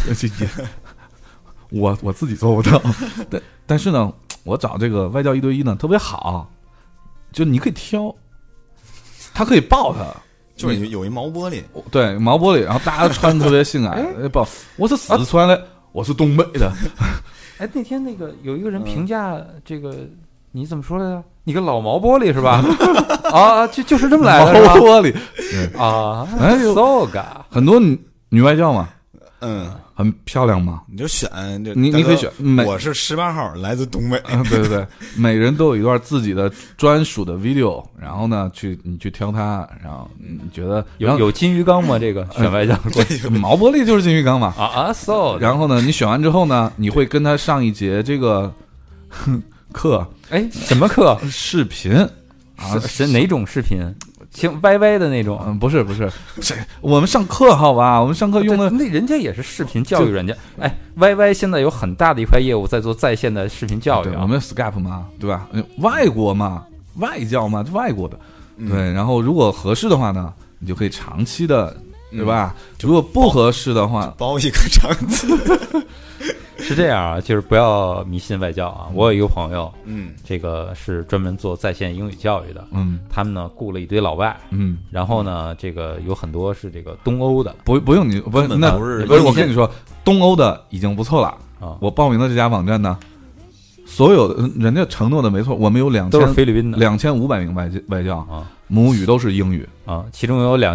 我自己做不到。但是呢，我找这个外教1对1呢特别好，就你可以挑，他可以抱他。 就是有一毛玻璃， 对，毛玻璃，然后大家穿特别性感，不，我是四川的，我是东北的。 哎，那天那个有一个人评价这个，你怎么说来着？你个老毛玻璃是吧？啊，就是这么来的， 毛玻璃啊， 哎呦 so ga， 很多女外教嘛，很漂亮嘛， 你就选， 你可以选。 我是18号，来自东北。 对对对，每人都有一段自己的专属的 video， 然后呢，你去挑它，然后你觉得有金鱼缸吗？这个选外教毛玻璃就是金鱼缸嘛。 so。然后呢，你选完之后呢，你会跟他上一节这个课。 哎，什么课？ 视频啊？是哪种视频？像歪歪的那种？ 不是，我们上课好吧？我们上课用的那人家也是视频教育人家。哎，歪歪现在有很大的一块业务在做在线的视频教育啊。 我们 Skype 嘛，对吧？外国嘛，外教嘛，外国的。对，然后如果合适的话呢，你就可以长期的，对吧？如果不合适的话， 包一个长期。 是这样啊，就是不要迷信外教啊。我有一个朋友，这个是专门做在线英语教育的，他们呢雇了一堆老外，然后呢，这个有很多是这个东欧的， 不用你不是那不是我跟你说，东欧的已经不错了啊。我报名的这家网站呢，所有的人家承诺的没错，我们有都是菲律宾的 2500名外教啊，母语都是英语啊，其中有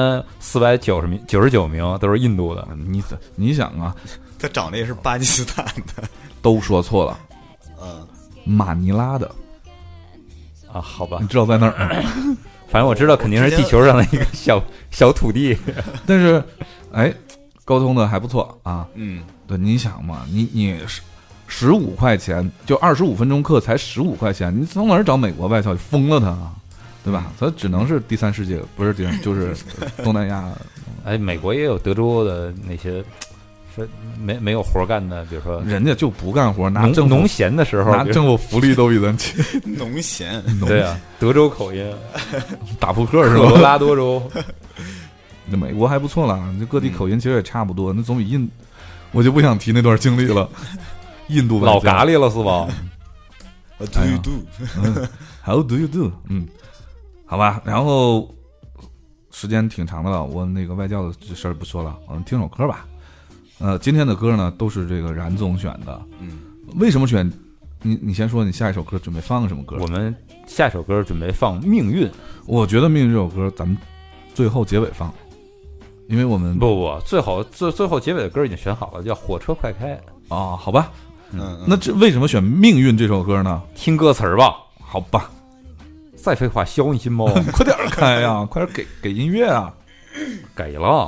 2499名都是印度的。 你想啊。 他长得也是巴基斯坦的， 都说错了，马尼拉的啊，好吧， 你知道在哪儿？ 反正我知道肯定是地球上的一个小土地， 但是哎，沟通的还不错啊。对，你想嘛，你15块钱就25分钟课才15块钱，你从哪儿找美国外教？疯了他啊，对吧？他只能是第三世界，不是就是东南亚。 哎，美国也有德州的那些。是没有活干的，比如说人家就不干活，拿农闲的时候拿政府福利都比咱轻。 农闲， 对啊，德州口音， 打扑克是吧？ 科罗拉多州， 那美国还不错啦，这各地口音其实也差不多，那总比我就不想提那段经历了。印度老咖喱了是吧 ？What do you do? How do you do? 好吧，然后时间挺长的了，我那个外教的这事儿不说了，我们听首歌吧。今天的歌呢都是这个冉总选的。为什么选？你先说，你下一首歌准备放什么歌？ 我们下一首歌准备放《命运》。 我觉得《命运》这首歌咱们最后结尾放，因为我们不最后结尾的歌已经选好了，叫《火车快开》 啊。好吧，那这为什么选《命运》这首歌呢？ 听歌词儿吧。 好吧， 再废话，消你心猫， 快点开呀，快点给音乐啊， 给了。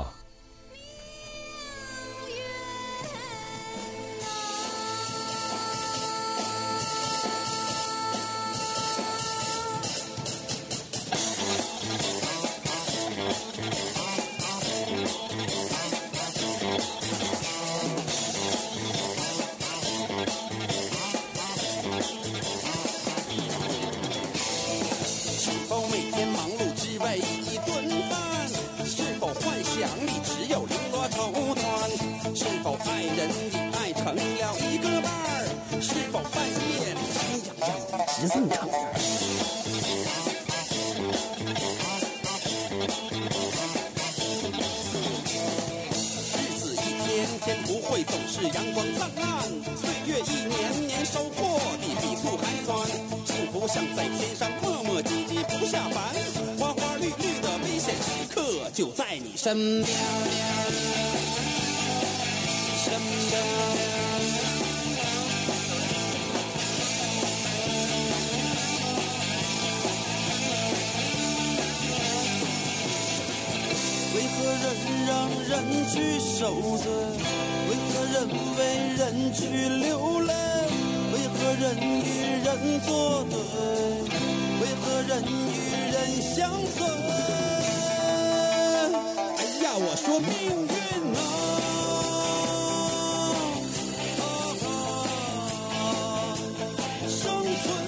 就在你身边，为何人让人去受罪？为何人为人去流泪？为何人与人作对？为何人与人相随？我说命运啊，生存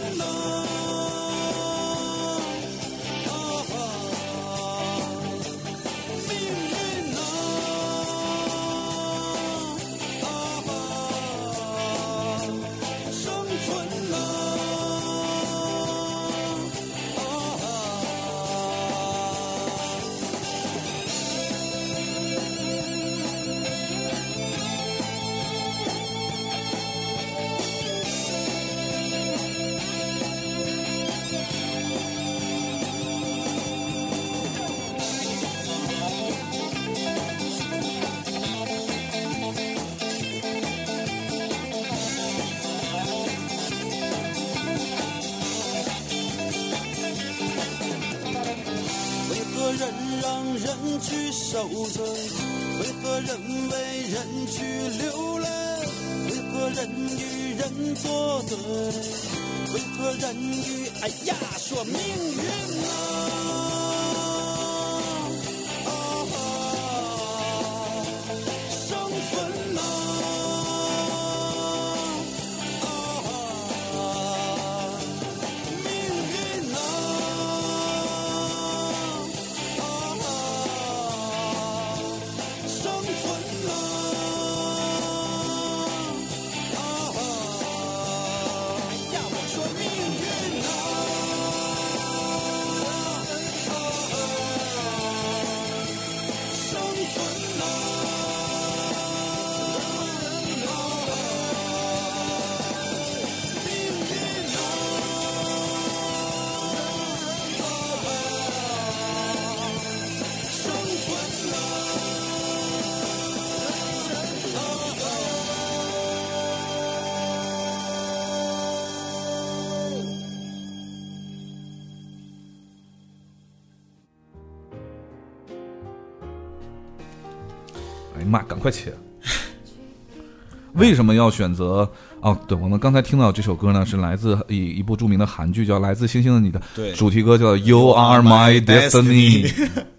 去受罪？为何人为人去流泪？为何人与人作对？为何人与说命运啊？ 哎呀妈，赶快切！为什么要选择？哦，对，我们刚才听到这首歌呢，是来自一部著名的韩剧，叫《来自星星的你》的对主题歌，叫 You Are My Destiny。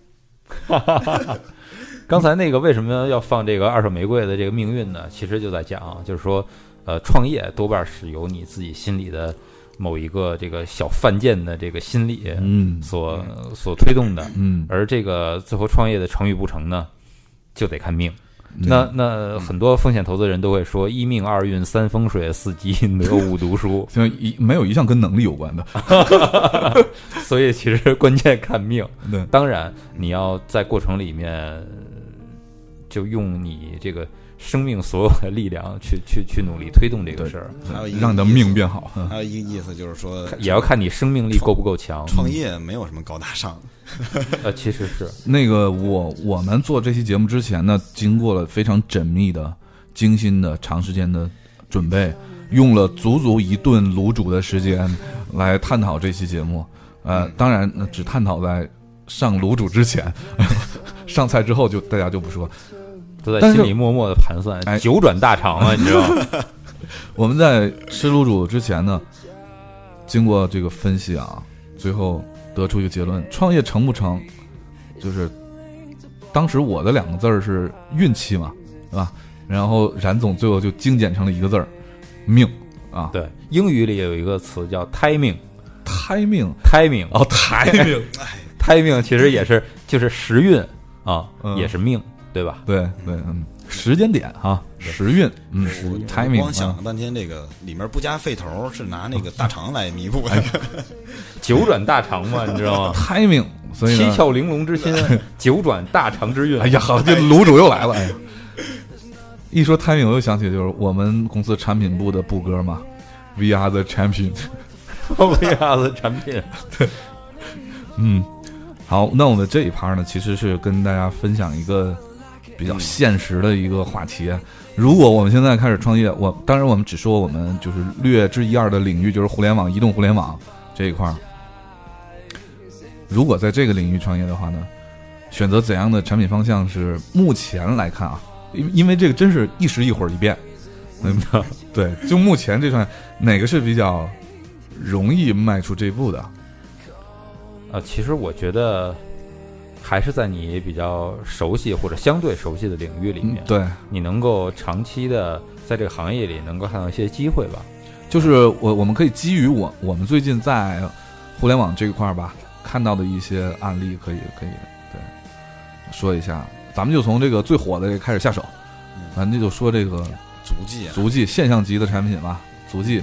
刚才那个为什么要放这个二手玫瑰的这个命运呢？其实就在讲，就是说，创业多半是由你自己心里的某一个这个小犯贱的这个心理，所推动的，而这个最后创业的成与不成呢，就得看命。那很多风险投资人都会说一命二运三风水四积得五读书， 就没有一项跟能力有关的， 所以其实关键看命。 对， 当然你要在过程里面就用你这个生命所有的力量去努力推动这个事儿， 还有一个让你的命变好。 还有一个意思就是说， 也要看你生命力够不够强。 创业没有什么高大上的， 其实是那个我们做这期节目之前呢，经过了非常缜密的、精心的、长时间的准备，用了足足一顿卤煮的时间来探讨这期节目。当然只探讨在上卤煮之前，上菜之后就大家就不说， 都在心里默默的盘算，九转大肠啊，你知道吗？ 我们在吃卤煮之前呢，经过这个分析啊，最后得出一个结论：创业成不成，就是当时我的两个字儿是运气嘛，对吧？然后冉总最后就精简成了一个字儿，命啊。 对，英语里有一个词叫 timing， timing 哦，timing， timing 其实也是就是时运啊，也是命，对吧？ 对对，时间点哈，时运，timing。 光想了半天，这个里面不加费头，是拿那个大肠来弥补的， 九转大肠嘛，你知道吗 ？timing， 所以七窍玲珑之心，九转大肠之运。 哎呀，好，这卤煮又来了。哎呀，一说 timing， 我又想起就是我们公司产品部的部歌嘛 ，We are the champion，We are the champion。 对，好，那我们这一趴呢，其实是跟大家分享一个比较现实的一个话题。如果我们现在开始创业，当然我们只说我们就是略知一二的领域，就是互联网、移动互联网这一块。如果在这个领域创业的话呢，选择怎样的产品方向是目前来看啊，因为这个真是一时一会儿一变。对，就目前这串哪个是比较容易迈出这一步的？ 其实我觉得还是在你比较熟悉或者相对熟悉的领域里面， 对， 你能够长期的在这个行业里能够看到一些机会吧。 就是我们可以基于我们最近在互联网这一块吧看到的一些案例，可以对说一下。咱们就从这个最火的这个开始下手，咱就说这个足迹现象级的产品吧，足迹，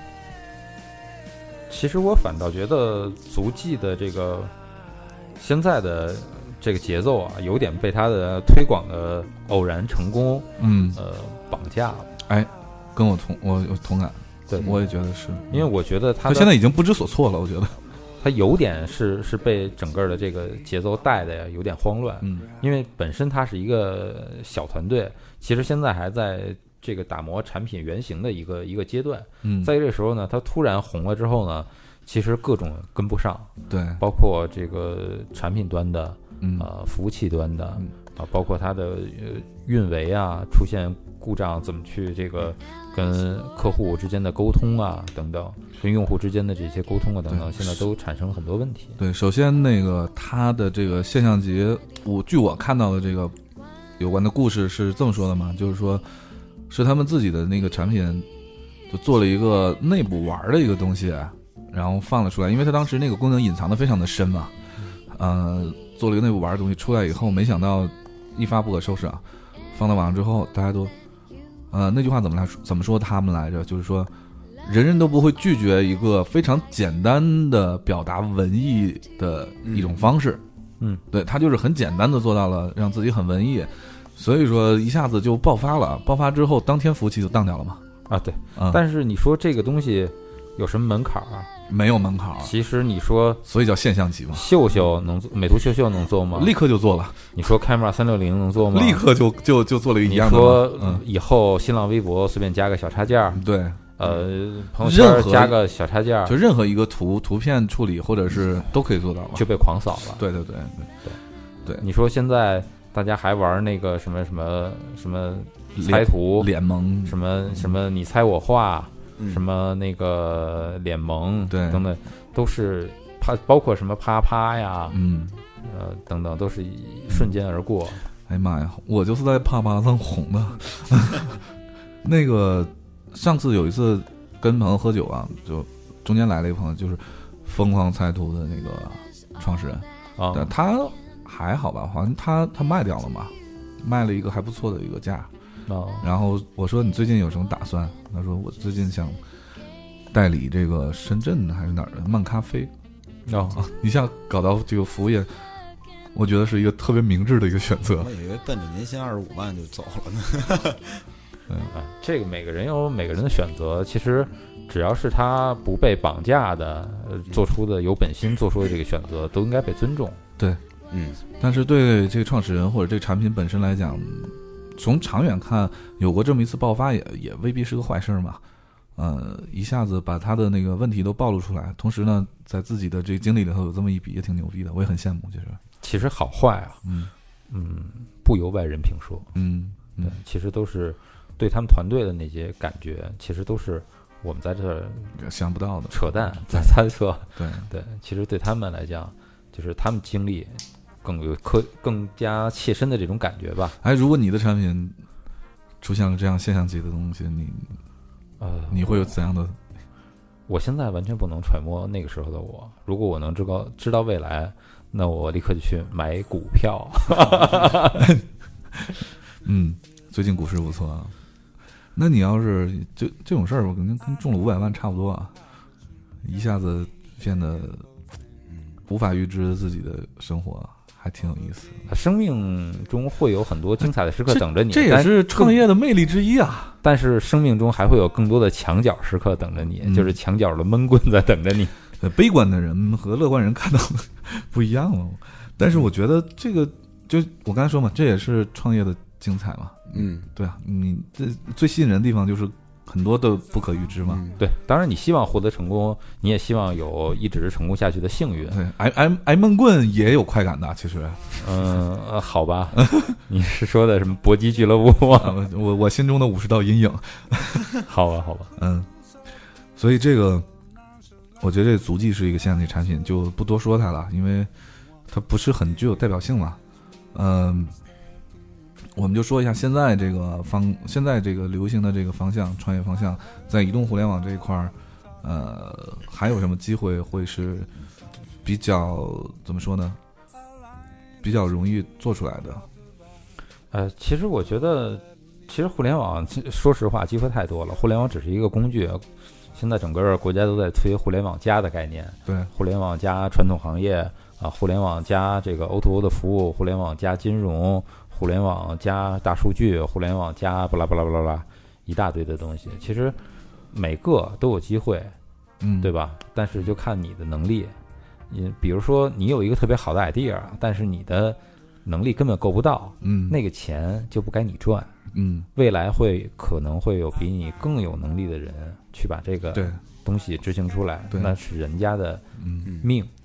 其实我反倒觉得足迹的这个现在的这个节奏啊，有点被它的推广的偶然成功，绑架了。 哎，跟我有同感， 对， 我也觉得是， 因为我觉得他现在已经不知所措了，我觉得他有点是被整个的这个节奏带的呀，有点慌乱。因为本身它是一个小团队，其实现在还在这个打磨产品原型的一个阶段。在这时候呢，它突然红了之后呢，其实各种跟不上， 对， 包括这个产品端的， 服务器端的包括它的运维啊，出现故障怎么去这个跟客户之间的沟通啊等等，跟用户之间的这些沟通啊等等，现在都产生了很多问题。 对，首先那个它的这个现象级，据我看到的这个有关的故事是这么说的嘛，就是说是他们自己的那个产品就做了一个内部玩的一个东西，然后放了出来，因为它当时那个功能隐藏的非常的深嘛，做了一个内部玩的东西出来以后，没想到一发不可收拾啊！放到网上之后，大家都，那句话怎么说他们来着？就是说，人人都不会拒绝一个非常简单的表达文艺的一种方式。对，他就是很简单的做到了让自己很文艺，所以说一下子就爆发了。爆发之后，当天服务器就当掉了嘛。 对，但是你说这个东西有什么门槛啊？ 没有门槛。 其实你说， 所以叫现象级嘛。 秀秀能做，美图秀秀能做吗？ 立刻就做了。 你说 Camera 360能做吗？ 立刻就做了一样的。 你说以后新浪微博随便加个小插件， 对， 朋友圈加个小插件， 就任何一个图片处理或者是都可以做到了， 就被狂扫了。 对。 你说现在大家还玩那个什么猜图、 脸萌， 什么你猜我画。什么那个脸萌， 对， 等等，都是包括什么啪啪呀，等等，都是瞬间而过。 哎呀妈呀，我就是在啪啪上红的。那个上次有一次跟朋友喝酒啊，就中间来了一个朋友，就是疯狂猜图的那个创始人但他还好吧，好像他卖掉了嘛，卖了一个还不错的一个价。然后我说你最近有什么打算？他说我最近想代理这个深圳的还是哪儿的漫咖啡。一下搞到这个服务业，我觉得是一个特别明智的一个选择。 我以为奔着年薪25万就走了呢。 这个每个人有每个人的选择，其实只要是他不被绑架的，做出的有本心做出的这个选择，都应该被尊重。 对，但是对这个创始人或者这个产品本身来讲，从长远看，有过这么一次爆发也未必是个坏事嘛。一下子把他的那个问题都暴露出来，同时呢，在自己的这个经历里头有这么一笔，也挺牛逼的，我也很羡慕。 其实好坏啊，不由外人评说。对，其实都是对他们团队的那些感觉，其实都是我们在这儿想不到的扯淡在猜测。 对， 其实对他们来讲，就是他们经历更加切身的这种感觉吧。 如果你的产品出现了这样现象级的东西，你会有怎样的？ 我现在完全不能揣摩那个时候的我。如果我能知道未来，那我立刻就去买股票。 最近股市不错啊。那你要是就这种事儿，我可能跟中了500万差不多啊，一下子变得无法预知自己的生活。还挺有意思的， 生命中会有很多精彩的时刻等着你， 这也是创业的魅力之一啊。 但是生命中还会有更多的墙角时刻等着你，就是墙角的闷棍在等着你。 悲观的人和乐观人看到的不一样了，但是我觉得这个就我刚才说嘛，这也是创业的精彩嘛。对啊，你这最吸引人的地方就是很多都不可预知嘛。 对，当然你希望获得成功，你也希望有一直成功下去的幸运。 对，挨闷棍也有快感的，其实。 好吧，你是说的什么搏击俱乐部吗？ 我心中的50道阴影。 好吧。 所以这个，我觉得这足迹是一个现象级产品，就不多说它了，因为它不是很具有代表性嘛。我们就说一下现在这个流行的这个方向，创业方向，在移动互联网这一块儿，还有什么机会会是比较怎么说呢？比较容易做出来的？ 其实我觉得，其实互联网，说实话，机会太多了。互联网只是一个工具，现在整个国家都在推互联网加的概念。 对， 互联网加传统行业啊，互联网加这个 O2O 的服务，互联网加金融。互联网加大数据，互联网加巴拉巴拉巴拉巴拉一大堆的东西，其实每个都有机会，对吧？但是就看你的能力。比如说你有一个特别好的 idea， 但是你的能力根本够不到，那个钱就不该你赚。未来可能会有比你更有能力的人去把这个东西执行出来，那是人家的命。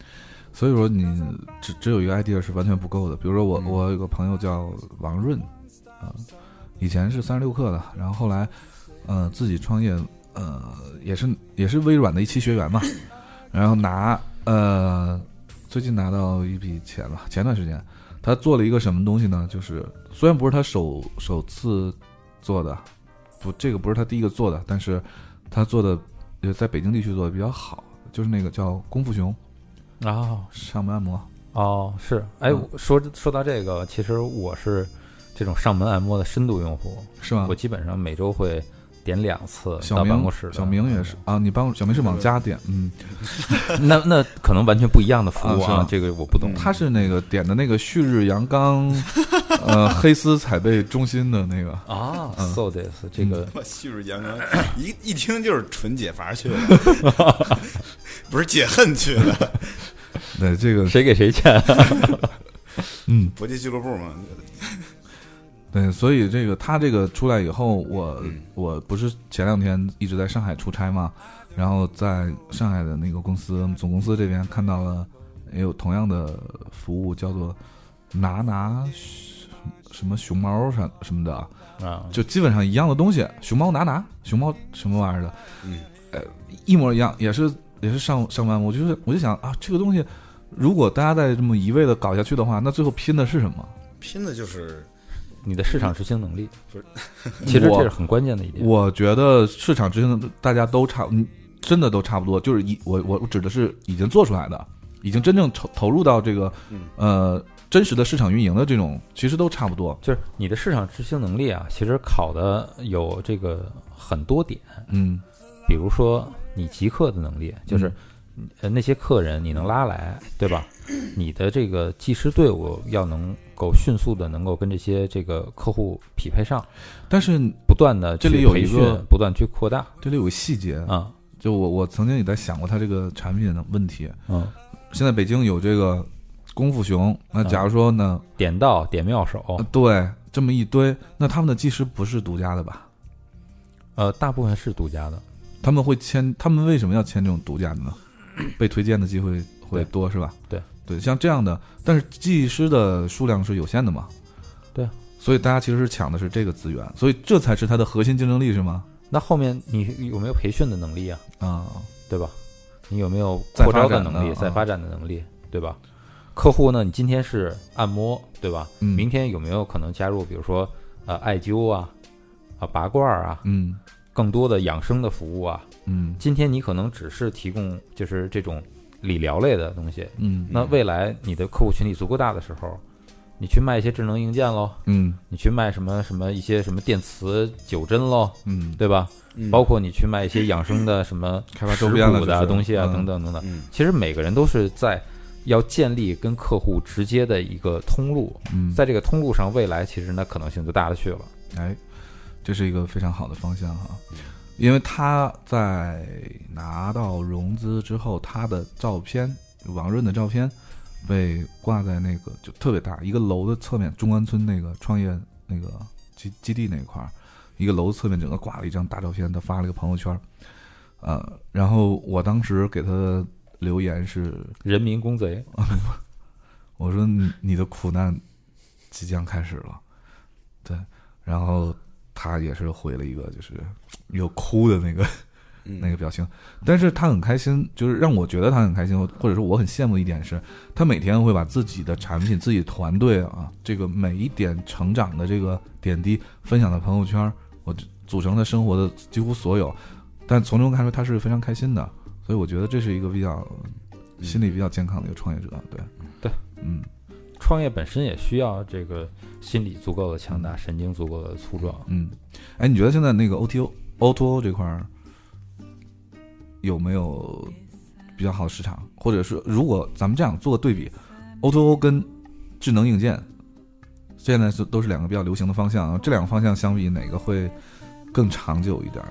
所以说你只有一个 idea 是完全不够的。比如说我有个朋友叫王润以前是36氪的，然后后来自己创业，也是微软的一期学员嘛，然后最近拿到一笔钱了。前段时间他做了一个什么东西呢？就是虽然不是他首次做的，这个不是他第一个做的，但是他做的也在北京地区做的比较好，就是那个叫功夫熊上门按摩。 是，说到这个，其实我是这种上门按摩的深度用户， 是吗？ 我基本上每周会点2次到办公室的。 小明也是啊，你小明是往家点， 那可能完全不一样的服务啊，这个我不懂。 他是那个点的那个旭日阳刚，黑丝踩背中心的那个 so this 这个旭日阳刚，一听就是纯解乏去了，不是解恨去了。 对，这个谁给谁钱？ 搏击俱乐部嘛。 对，所以他这个出来以后，我不是前2天一直在上海出差嘛，然后在上海的那个总公司这边看到了也有同样的服务，叫做拿什么熊猫什么的啊，就基本上一样的东西，熊猫熊猫什么玩意儿的，一模一样，也是上班，我就想啊，这个东西如果大家再这么一味的搞下去的话，那最后拼的是什么？ 拼的就是你的市场执行能力。不是，其实这是很关键的一点。 我觉得市场执行大家都真的都差不多，就是我指的是已经做出来的，已经真正投入到这个真实的市场运营的这种，其实都差不多。 就是你的市场执行能力啊，其实考的有这个很多点。比如说你集客的能力，就是那些客人你能拉来，对吧？你的这个技师队伍要能够迅速的能够跟这个客户匹配上， 但是不断的这里有一个不断去扩大。 这里有个细节就我曾经也在想过他这个产品的问题。现在北京有这个功夫熊，那假如说呢， 点到点妙手， 对，这么一堆，那他们的技师不是独家的吧？ 大部分是独家的。 他们为什么要签这种独家的呢？被推荐的机会多是吧？对，像这样的，但是技师的数量是有限的嘛？ 对， 所以大家其实是抢的是这个资源，所以这才是它的核心竞争力是吗？ 那后面你有没有培训的能力啊？对吧？你有没有扩招的能力、再发展的能力，对吧？客户呢？你今天是按摩，对吧？明天有没有可能加入，比如说艾灸拔罐啊，更多的养生的服务啊？今天你可能只是提供就是这种理疗类的东西，那未来你的客户群体足够大的时候，你去卖一些智能硬件喽，你去卖什么一些什么电磁灸针喽，对吧？包括你去卖一些养生的什么开发周边的东西啊，等等等等。其实每个人都是在要建立跟客户直接的一个通路，在这个通路上，未来其实那可能性就大了去了。 这是一个非常好的方向哈。因为他在拿到融资之后，他的照片，王润的照片被挂在那个就特别大一个楼的侧面，中关村那个创业那个基地那块一个楼的侧面整个挂了一张大照片，他发了一个朋友圈，然后我当时给他留言是人民公贼， 我说你的苦难即将开始了，对，然后他也是回了一个就是有哭的那个表情，但是他很开心，就是让我觉得他很开心，或者说我很羡慕一点是，他每天会把自己的产品、自己团队这个每一点成长的这个点滴分享到朋友圈，我组成他生活的几乎所有，但从中看出他是非常开心的，所以我觉得这是一个比较心理比较健康的一个创业者，对， 创业本身也需要这个心理足够的强大，神经足够的粗壮。 你觉得现在那个 O2O 这块有没有比较好的市场？或者是如果咱们这样做个对比 ，O2O 跟智能硬件，现在都是两个比较流行的方向，这两个方向相比，哪个会更长久一点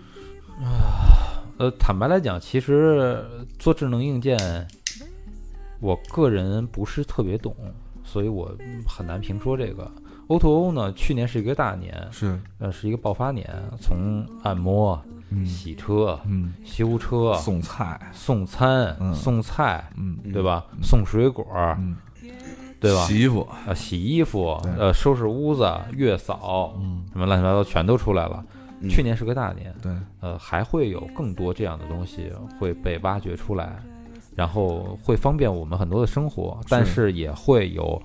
坦白来讲，其实做智能硬件，我个人不是特别懂。所以我很难评说这个 O2O 呢。去年是一个大年，是一个爆发年，从按摩、 洗车、修车、 送菜、 送餐、送菜，对吧？送水果，对吧？ 洗衣服洗衣服，收拾屋子、月嫂，什么乱七八糟全都出来了。去年是个大年， 对， 还会有更多这样的东西会被挖掘出来，然后会方便我们很多的生活，但是也会有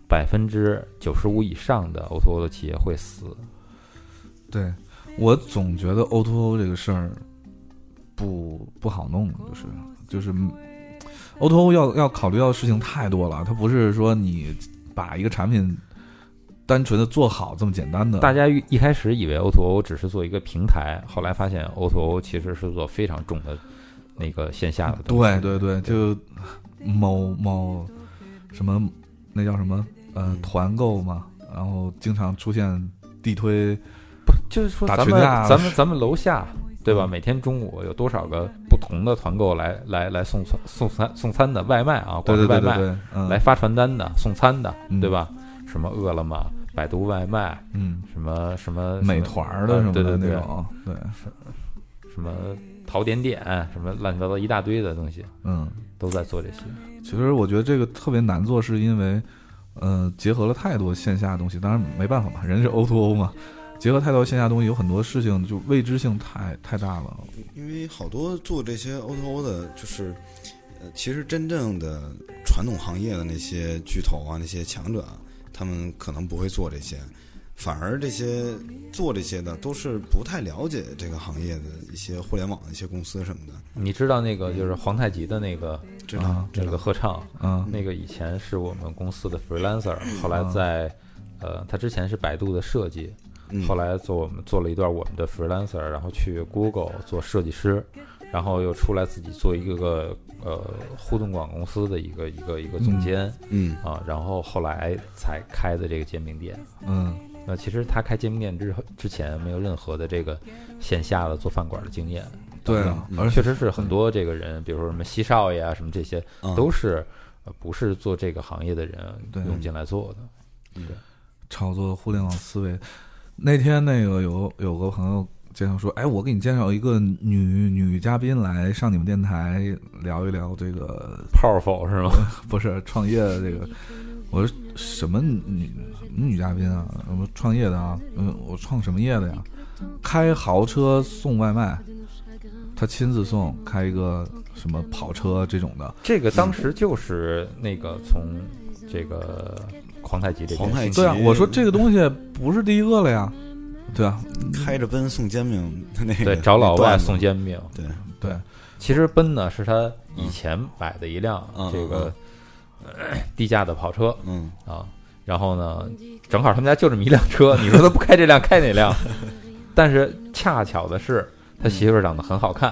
95%以上的 O2O 的企业会死。 对，我总觉得 O2O 这个事儿不好弄，就是 O2O 要考虑到的事情太多了，它不是说你把一个产品单纯的做好这么简单的。 大家一开始以为 O2O 只是做一个平台，后来发现 O2O 其实是做非常重的那个线下的东西。 对，就某什么那叫什么团购嘛，然后经常出现地推， 不就是说咱们楼下对吧？每天中午有多少个不同的团购来送餐的外卖啊，光是外卖来发传单的、送餐的，对吧？什么饿了么、百度外卖，什么美团的什么的那种，对， 什么淘点点，什么乱七八糟一大堆的东西，都在做这些。 其实我觉得这个特别难做，是因为结合了太多线下的东西，当然没办法嘛，人是 O2O 嘛，结合太多线下东西，有很多事情就未知性太大了。 因为好多做这些 O2O 的，就是其实真正的传统行业的那些巨头啊，那些强者啊，他们可能不会做这些，反而这些做这些的都是不太了解这个行业的一些互联网的一些公司什么的。 你知道那个就是皇太极的那个知道那个合唱，那个以前是我们公司的 freelancer， 后来在他之前是百度的设计，后来我们做了一段我们的 freelancer， 然后去 Google 做设计师，然后又出来自己做一个互动广告公司的一个总监，然后后来才开的这个煎饼店，那其实他开煎饼店之前没有任何的这个线下的做饭馆的经验， 对， 而确实是很多这个人，比如说什么西少爷啊什么这些，都是不是做这个行业的人涌进来做的， 炒作互联网思维。那天那个有个朋友介绍说，哎，我给你介绍一个女嘉宾来上你们电台聊一聊这个 powerful 是吗？ 不是创业的这个。我说什么女嘉宾啊？我创业的啊？我创什么业的呀？开豪车送外卖，他亲自送，开一个什么跑车这种的。 这个当时就是那个从这个皇太极这边， 对啊，我说这个东西不是第一个了呀，对啊， 开着奔送煎饼那个， 对，找老外送煎饼， 对。 其实奔呢是他以前买的一辆这个低价的跑车，然后呢，正好他们家就这么一辆车，你说他不开这辆开哪辆？但是恰巧的是，他媳妇儿长得很好看，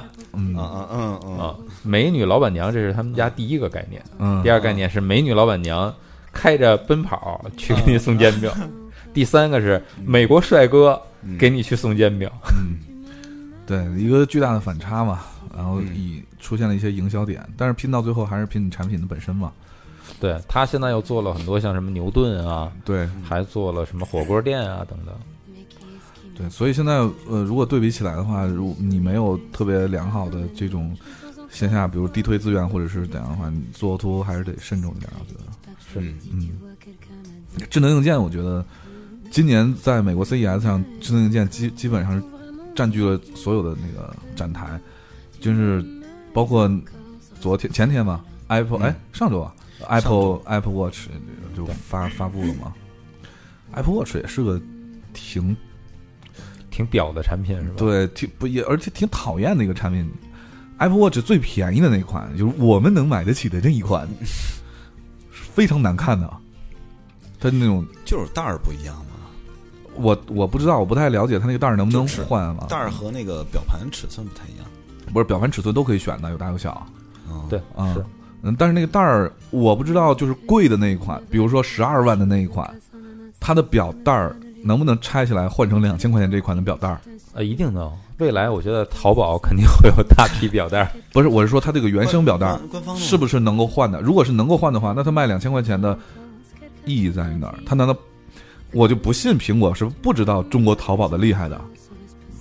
美女老板娘，这是他们家第一个概念。第二概念是美女老板娘开着奔跑去给你送煎饼。第三个是美国帅哥给你去送煎饼。 对，一个巨大的反差嘛，然后出现了一些营销点，但是拼到最后还是拼你产品的本身嘛。 对，他现在又做了很多像什么牛顿啊， 对， 还做了什么火锅店啊等等。 对，所以现在如果对比起来的话，如你没有特别良好的这种线下，比如地推资源或者是怎样的话，你做 O2O 还是得慎重一点，我觉得是。智能硬件，我觉得今年在美国 CES 上，智能硬件基本上是占据了所有的那个展台，就是包括前天吧 ，Apple 上周啊 ，Apple Watch 就发布了嘛。Apple Watch 也是个挺表的产品是吧？ 对，而且挺讨厌的一个产品。Apple Watch 最便宜的那款，就是我们能买得起的这一款，非常难看的。它那种就是袋儿不一样嘛。 我不知道，我不太了解它那个袋儿能不能换嘛？ 袋儿和那个表盘尺寸不太一样。 不是，表盘尺寸都可以选的，有大有小。 对，是。 但是那个袋儿我不知道，就是贵的那一款，比如说12万的那一款，它的表带儿能不能拆起来换成2000块钱这一款的表带儿？ 一定能。未来我觉得淘宝肯定会有大批表带。 不是，我是说它这个原生表带是不是能够换的？如果是能够换的话，那它卖2000块钱的意义在于哪儿？它难道我就不信苹果是不知道中国淘宝的厉害的？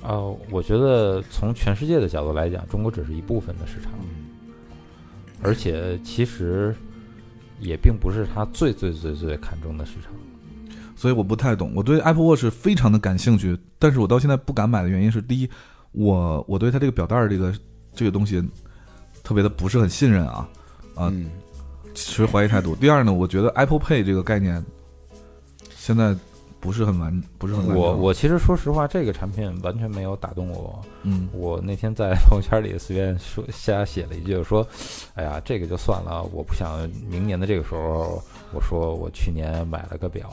我觉得从全世界的角度来讲，中国只是一部分的市场，而且其实也并不是他最看重的市场。 所以我不太懂，我对 Apple Watch 非常的感兴趣，但是我到现在不敢买的原因是，第一，我对它这个表带这个东西特别的不是很信任持怀疑态度。第二呢，我觉得 Apple Pay 这个概念现在不是很完整。 我其实说实话，这个产品完全没有打动我。我那天在朋友圈里随便瞎写了一句，说：“哎呀，这个就算了，我不想明年的这个时候，我说我去年买了个表。”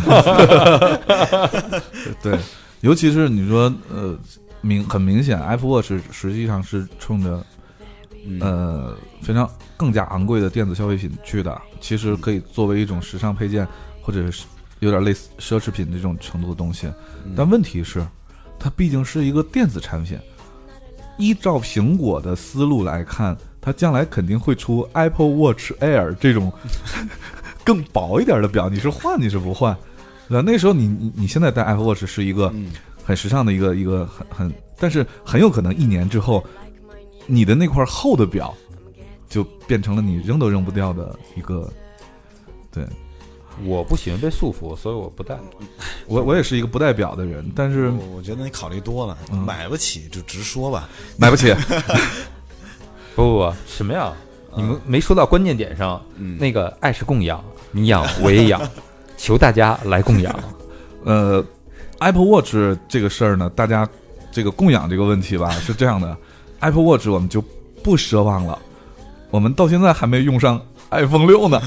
对，尤其是你说很明显 ，Apple Watch 实际上是冲着非常更加昂贵的电子消费品去的，其实可以作为一种时尚配件，或者是有点类似奢侈品这种程度的东西。但问题是，它毕竟是一个电子产品，依照苹果的思路来看，它将来肯定会出 Apple Watch Air 这种更薄一点的表，你是换你是不换？那时候你现在戴 Apple Watch 是一个很时尚的一个很，但是很有可能1年之后，你的那块厚的表就变成了你扔都扔不掉的一个。对， 我不喜欢被束缚，所以我不戴。 我也是一个不戴表的人，但是我觉得你考虑多了，买不起就直说吧。 买不起。 不，什么呀？你们没说到关键点上。那个爱是供养，你养我也养，求大家来供养。 Apple Watch 这个事儿呢，大家这个供养这个问题吧，是这样的 ，Apple Watch 我们就不奢望了，我们到现在还没用上 iPhone 6呢。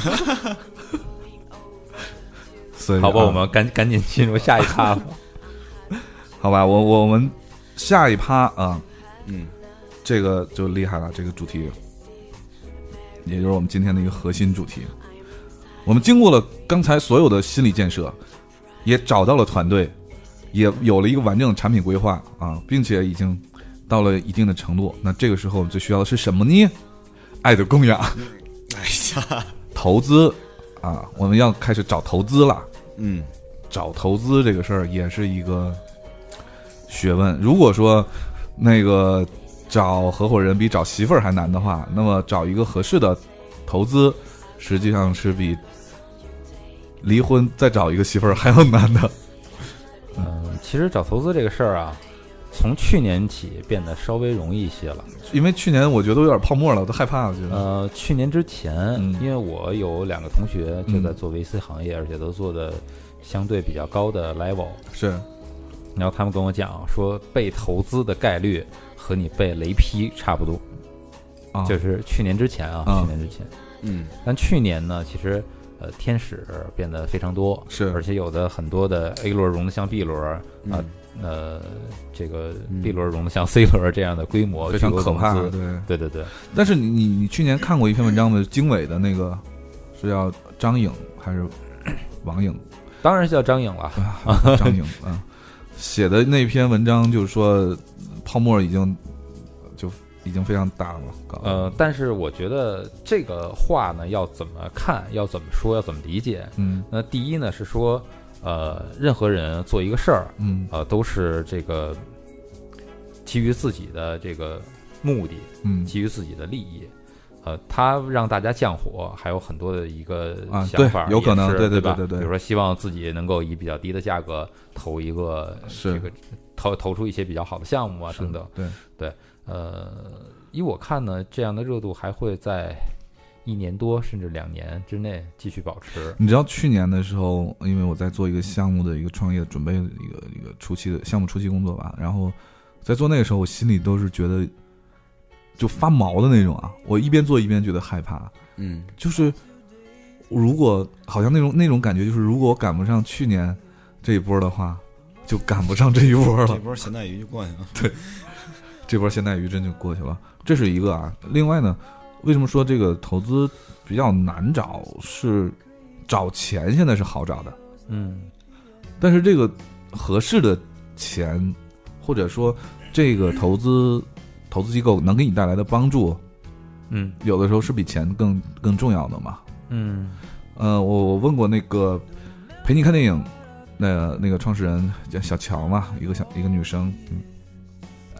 所以好吧，我们赶紧进入下一趴吧。 好吧，我们下一趴这个就厉害了，这个主题，也就是我们今天的一个核心主题。我们经过了刚才所有的心理建设，也找到了团队，也有了一个完整的产品规划并且已经到了一定的程度。那这个时候我们最需要的是什么呢？爱的供养。 哎呀， 投资我们要开始找投资了。找投资这个事儿也是一个学问。如果说那个找合伙人比找媳妇儿还难的话，那么找一个合适的投资，实际上是比离婚再找一个媳妇儿还要难的。 其实找投资这个事儿从去年起变得稍微容易一些了， 因为去年我觉得有点泡沫了，我都害怕了。觉得去年之前，因为我有2个同学就在做 VC 行业，而且都做的相对比较高的 level。 是， 然后他们跟我讲说，被投资的概率和你被雷劈差不多。就是去年之前去年之前。但去年呢，其实天使变得非常多， 是， 而且有的很多的 A 轮融的像 B 轮这个 B 轮融的像 C 轮这样的规模非常可怕。对。但是你去年看过一篇文章的经纬的那个是叫张颖还是王颖？ 当然是叫张颖了。 张颖写的那篇文章就是说泡沫已经非常大了。 但是我觉得这个话呢，要怎么看，要怎么说，要怎么理解？那第一呢是说，任何人做一个事儿，都是这个基于自己的这个目的，基于自己的利益。他让大家降火，还有很多的一个想法， 有可能，对吧？比如说，希望自己能够以比较低的价格投一个这个投出一些比较好的项目等等。对。以我看呢，这样的热度还会在1年多甚至2年之内继续保持。 你知道去年的时候，因为我在做一个项目的一个创业准备的一个初期的项目初期工作吧，然后在做那个时候，我心里都是觉得就发毛的那种我一边做一边觉得害怕。就是如果好像那种感觉，就是如果我赶不上去年这一波的话，就赶不上这一波了。 这波咸带鱼就过去了。 对。这波咸带鱼真就过去了，这是一个另外呢，为什么说这个投资比较难找？是找钱现在是好找的，但是这个合适的钱，或者说这个投资机构能给你带来的帮助，有的时候是比钱更重要的嘛。我问过那个陪你看电影那个创始人叫小乔嘛，一个女生。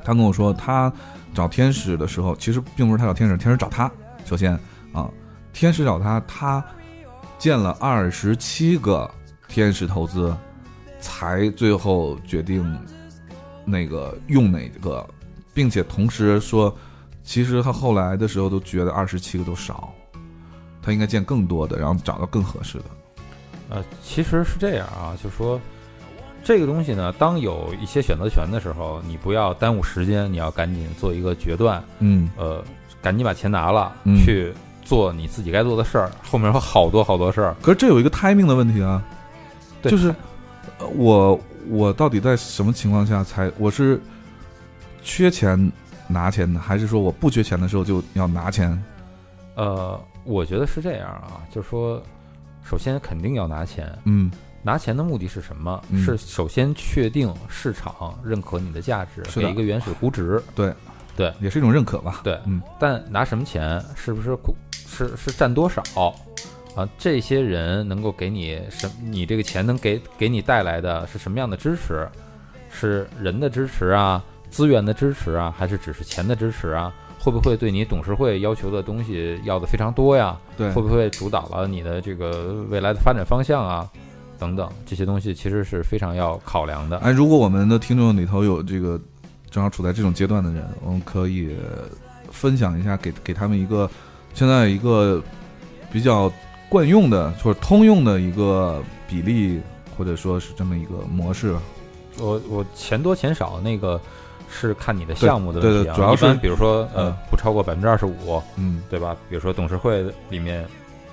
他跟我说，他找天使的时候，其实并不是他找天使，天使找他。首先啊，天使找他，他见了27个天使投资，才最后决定那个用哪个，并且同时说，其实他后来的时候都觉得27个都少，他应该见更多的，然后找到更合适的。 其实是这样啊，就说这个东西呢，当有一些选择权的时候，你不要耽误时间，你要赶紧做一个决断。赶紧把钱拿了，去做你自己该做的事儿。后面有好多好多事儿。 可是这有一个 timing 的问题啊，就是我到底在什么情况下才我是缺钱拿钱的，还是说我不缺钱的时候就要拿钱？ 我觉得是这样啊，就是说，首先肯定要拿钱。拿钱的目的是什么？是首先确定市场认可你的价值，给一个原始估值。对， 也是一种认可吧。 对，但拿什么钱，是不是是占多少啊？这些人能够给你你这个钱能给你带来的是什么样的支持？是人的支持啊，资源的支持啊，还是只是钱的支持啊？会不会对你董事会要求的东西要的非常多呀？ 对， 会不会主导了你的这个未来的发展方向啊？等等，这些东西其实是非常要考量的。 如果我们的听众里头有这个正好处在这种阶段的人，我们可以分享一下，给他们一个现在一个比较惯用的或者通用的一个比例，或者说是这么一个模式。 我钱多钱少那个是看你的项目的问题啊， 主要是一般比如说不超过25%，对吧？比如说董事会里面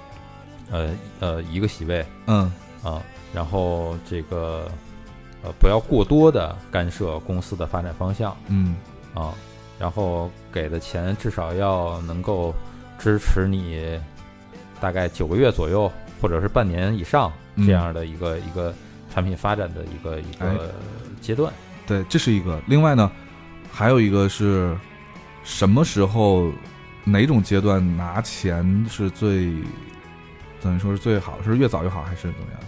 一个席位，然后这个不要过多的干涉公司的发展方向，然后给的钱至少要能够支持你大概9个月左右，或者是半年以上这样的一个产品发展的一个阶段。 对，这是一个。另外呢，还有一个是什么时候哪种阶段拿钱是最等于说是最好，是越早越好还是怎么样？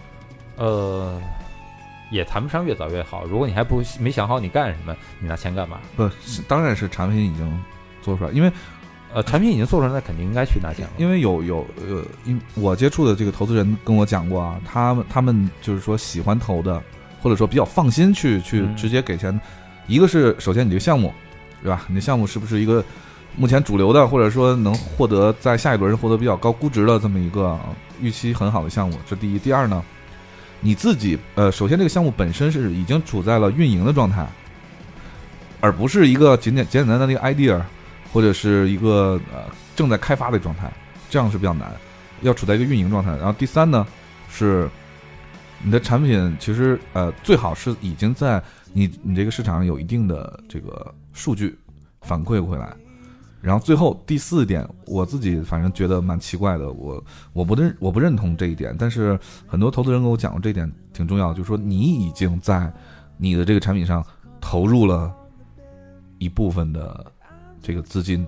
也谈不上越早越好。如果你还没想好你干什么，你拿钱干嘛？ 不是，当然是产品已经做出来，因为产品已经做出来，那肯定应该去拿钱了。 因为因我接触的这个投资人跟我讲过啊，他们就是说喜欢投的，或者说比较放心去直接给钱。一个是首先你这个项目，对吧？你的项目是不是一个目前主流的，或者说能获得在下一轮获得比较高估值的这么一个预期很好的项目，这第一。第二呢，你自己首先这个项目本身是已经处在了运营的状态，而不是一个简单的一个 idea， 或者是一个正在开发的状态，这样是比较难，要处在一个运营状态。然后第三呢，是你的产品其实最好是已经在你这个市场上有一定的这个数据反馈回来。然后最后第4点，我自己反正觉得蛮奇怪的，我不认同这一点，但是很多投资人跟我讲过这一点挺重要，就是说你已经在你的这个产品上投入了一部分的这个资金。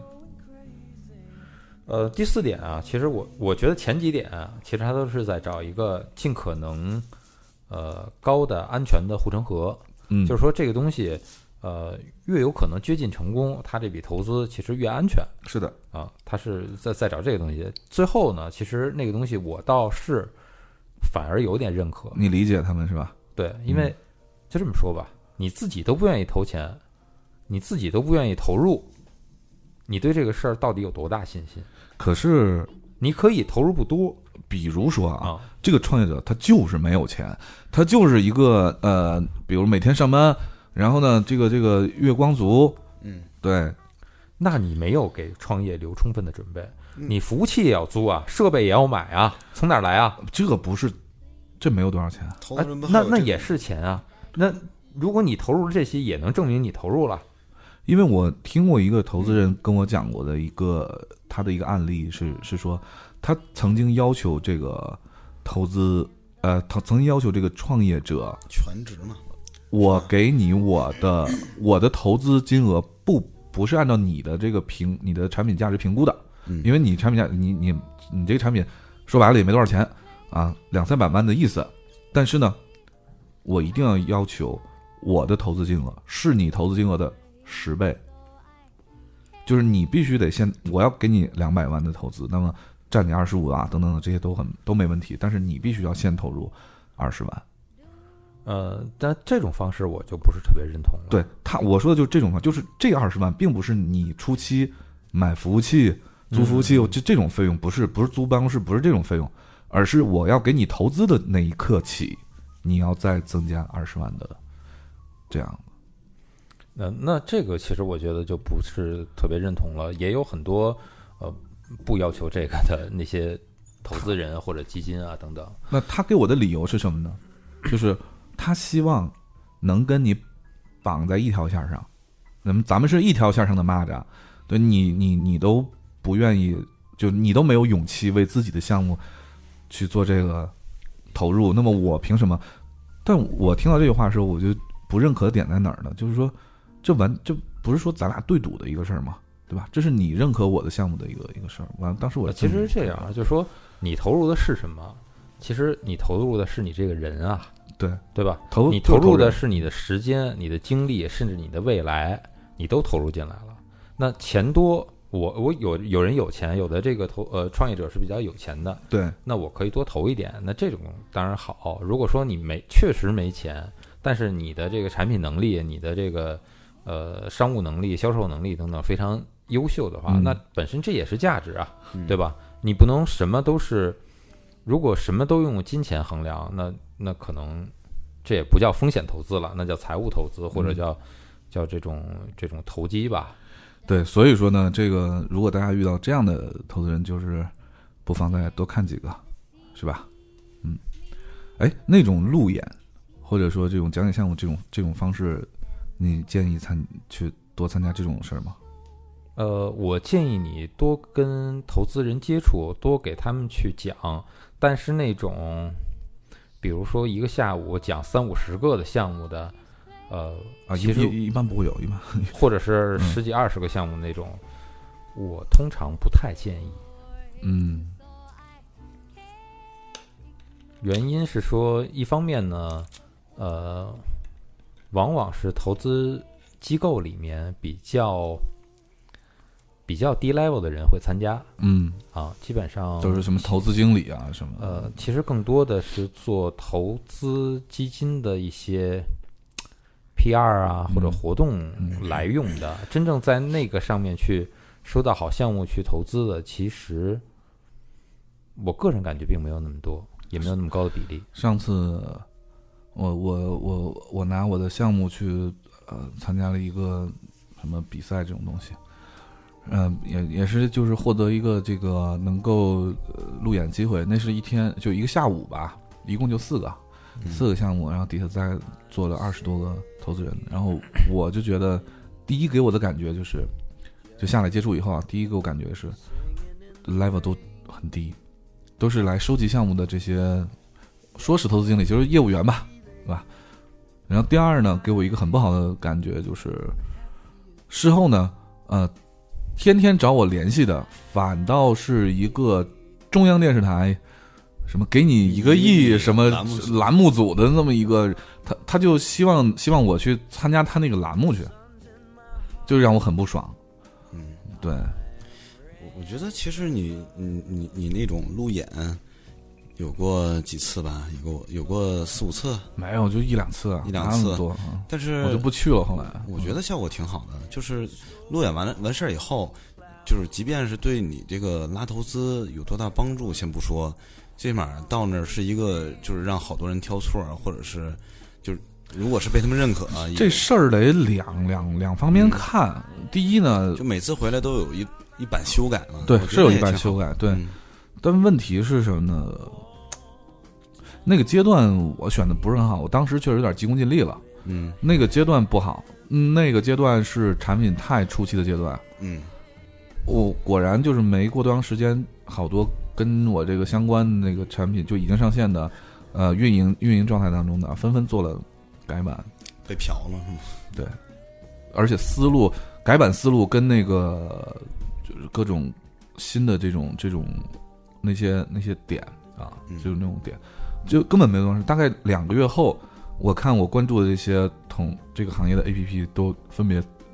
第4点啊，其实我觉得前几点啊，其实它都是在找一个尽可能高的安全的护城河，就是说这个东西越有可能接近成功，它这笔投资其实越安全。 是的啊，它是在找这个东西。最后呢，其实那个东西我倒是反而有点认可。 你理解他们是吧？ 对，因为就这么说吧，你自己都不愿意投钱，你自己都不愿意投入，你对这个事儿到底有多大信心？ 可是你可以投入不多， 比如说这个创业者他就是没有钱，他就是一个比如每天上班，然后呢这个月光族，对， 那你没有给创业留充分的准备，你服务器也要租啊，设备也要买啊，从哪儿来啊？ 这没有多少钱那也是钱啊。那如果你投入了这些，也能证明你投入了。 因为我听过一个投资人跟我讲过的他的一个案例是说，他曾经要求这个投资他曾经要求这个创业者全职嘛， 我给你我的投资金额不是按照你的这个你的产品价值评估的，因为你产品价你这个产品说白了也没多少钱啊，200-300万的意思，但是呢，我一定要求我的投资金额是你投资金额的 10倍，就是你必须得先，我要给你200万的投资，那么占你25啊等等的这些都没问题，但是你必须要先投入20万。 但这种方式我就不是特别认同了。 对我说的就是这种方式，就是这20万并不是你初期买服务器、租服务器这种费用，不是租办公室，不是这种费用，而是我要给你投资的那一刻起，你要再增加20万的这样。 那这个其实我觉得就不是特别认同了，也有很多不要求这个的那些投资人或者基金啊等等。 那他给我的理由是什么呢？就是他希望能跟你绑在一条线上，那么咱们是一条线上的蚂蚱，对你都不愿意，就你都没有勇气为自己的项目去做这个投入，那么我凭什么？但我听到这句话的时候，我就不认可的点在哪儿呢？就是说，这不是说咱俩对赌的一个事儿吗？对吧？这是你认可我的项目的一个事儿。完了，当时我其实是这样，就是说你投入的是什么？其实你投入的是你这个人啊，对吧？你投入的是你的时间、你的精力，甚至你的未来，你都投入进来了。那钱多，我有人有钱，有的这个创业者是比较有钱的， 对， 那我可以多投一点，那这种当然好。如果说你确实没钱，但是你的这个产品能力、你的这个商务能力、销售能力等等非常优秀的话，那本身这也是价值啊，对吧？你不能什么都是，如果什么都用金钱衡量，那可能这也不叫风险投资了，那叫财务投资，或者叫这种投机吧。 对，所以说呢，这个如果大家遇到这样的投资人，就是不妨再多看几个，是吧？那种路演或者说这种讲解项目这种方式，你建议去多参加这种事儿吗？ 我建议你多跟投资人接触，多给他们去讲，但是那种比如说一个下午讲30-50个的项目的，其实一般不会有，一般或者是10几20个项目那种，我通常不太建议。原因是说，一方面呢，往往是投资机构里面比较低 level 的人会参加，基本上都是什么投资经理啊什么。 其实更多的是做投资基金的一些 PR 啊或者活动来用的，真正在那个上面去收到好项目去投资的，其实我个人感觉并没有那么多，也没有那么高的比例。 上次我拿我的项目去参加了一个什么比赛这种东西。也是就是获得一个这个能够路演机会，那是一天就一个下午吧，一共就4个项目，然后底下再做了20多个投资人，然后我就觉得第一给我的感觉就下来接触以后啊，第一给我感觉是 level 都很低，都是来收集项目的这些说是投资经理就是业务员吧，对吧？然后第二呢，给我一个很不好的感觉就是事后呢天天找我联系的反倒是一个中央电视台什么给你1个亿什么栏目组的那么一个，他就希望我去参加他那个栏目去，就让我很不爽。对， 我觉得其实你那种路演有过几次吧？有过4-5次？ 没有，就1-2次啊 ，1-2次多。 但是我就不去了。后来我觉得效果挺好的，就是路演完事儿以后，就是即便是对你这个拉投资有多大帮助，先不说，最起码到那儿是一个就是让好多人挑错，或者是就是如果是被他们认可啊， 这事儿得两方面看。第一呢， 就每次回来都有一版修改嘛， 对，是有一版修改，对。但问题是什么呢？那个阶段我选的不是很好，我当时确实有点急功近利了。那个阶段不好，那个阶段是产品太初期的阶段。我果然就是没过多长时间，好多跟我这个相关的那个产品就已经上线的，运营状态当中的，纷纷做了改版， 被嫖了是吗？ 对，而且改版思路跟那个就是各种新的这种那些点啊，就是那种点。就根本没多长时间，大概2个月后，我看我关注的这些这个行业的 APP 都分别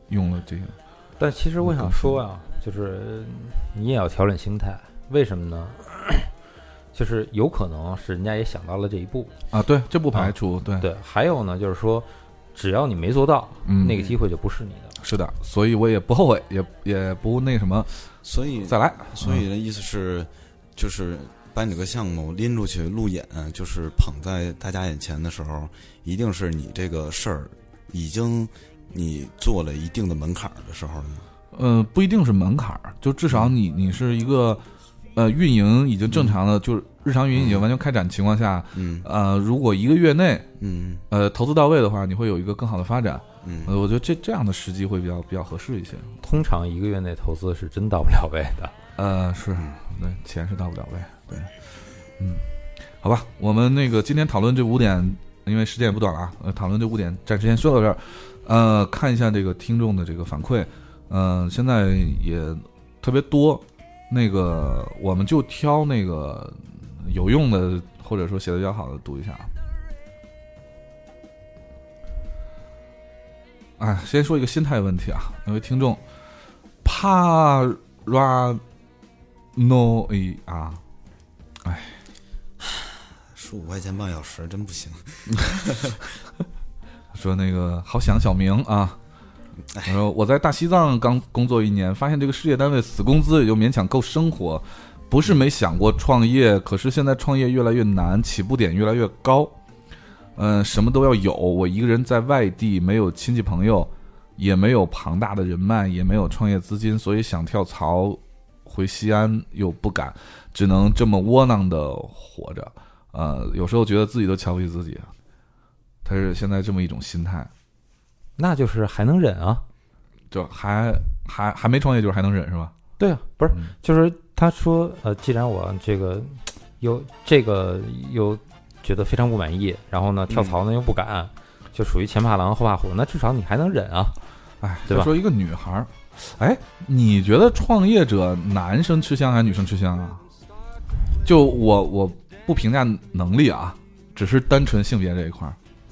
用了这个。 但其实我想说啊，就是你也要调整心态，为什么呢？就是有可能是人家也想到了这一步啊，对，这不排除，对对。还有呢，就是说，只要你没做到，那个机会就不是你的。 是的，所以我也不后悔，也不那什么， 所以再来。 所以的意思是，就是把你这个项目拎出去路演，就是捧在大家眼前的时候，一定是你这个事儿已经你做了一定的门槛的时候呢。 不一定是门槛，就至少你是一个。运营已经正常的，就是日常运营已经完全开展情况下，如果1个月内，投资到位的话，你会有一个更好的发展。我觉得这样的时机会比较合适一些。 通常1个月内投资是真到不了位的。 是，对，钱是到不了位。对，好吧，我们那个今天讨论这5点，因为时间也不短了啊，讨论这5点暂时先说到这儿。看一下这个听众的这个反馈，现在也特别多。那个我们就挑那个有用的或者说写的比较好的读一下。先说一个心态问题啊，有位听众帕拉诺伊啊 15块钱半小时真不行。 说那个好想小明啊，我在大西藏刚工作1年，发现这个事业单位死工资也就勉强够生活，不是没想过创业，可是现在创业越来越难，起步点越来越高。什么都要有，我一个人在外地，没有亲戚朋友，也没有庞大的人脉，也没有创业资金，所以想跳槽回西安又不敢，只能这么窝囊的活着。有时候觉得自己都瞧不起自己，他是现在这么一种心态。 那就是还能忍啊， 就还没创业，就是还能忍是吧？ 对啊，不是，就是他说既然我这个又觉得非常不满意，然后呢跳槽呢又不敢，就属于前怕狼后怕虎，那至少你还能忍啊，对吧？ 说一个女孩，你觉得创业者男生吃香还是女生吃香啊？就我不评价能力啊，只是单纯性别这一块。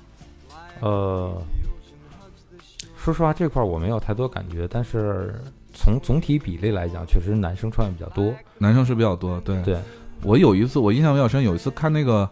说实话，这块我没有太多感觉，但是从总体比例来讲，确实男生创业比较多， 男生是比较多。对，我有一次我印象比较深，有一次看那个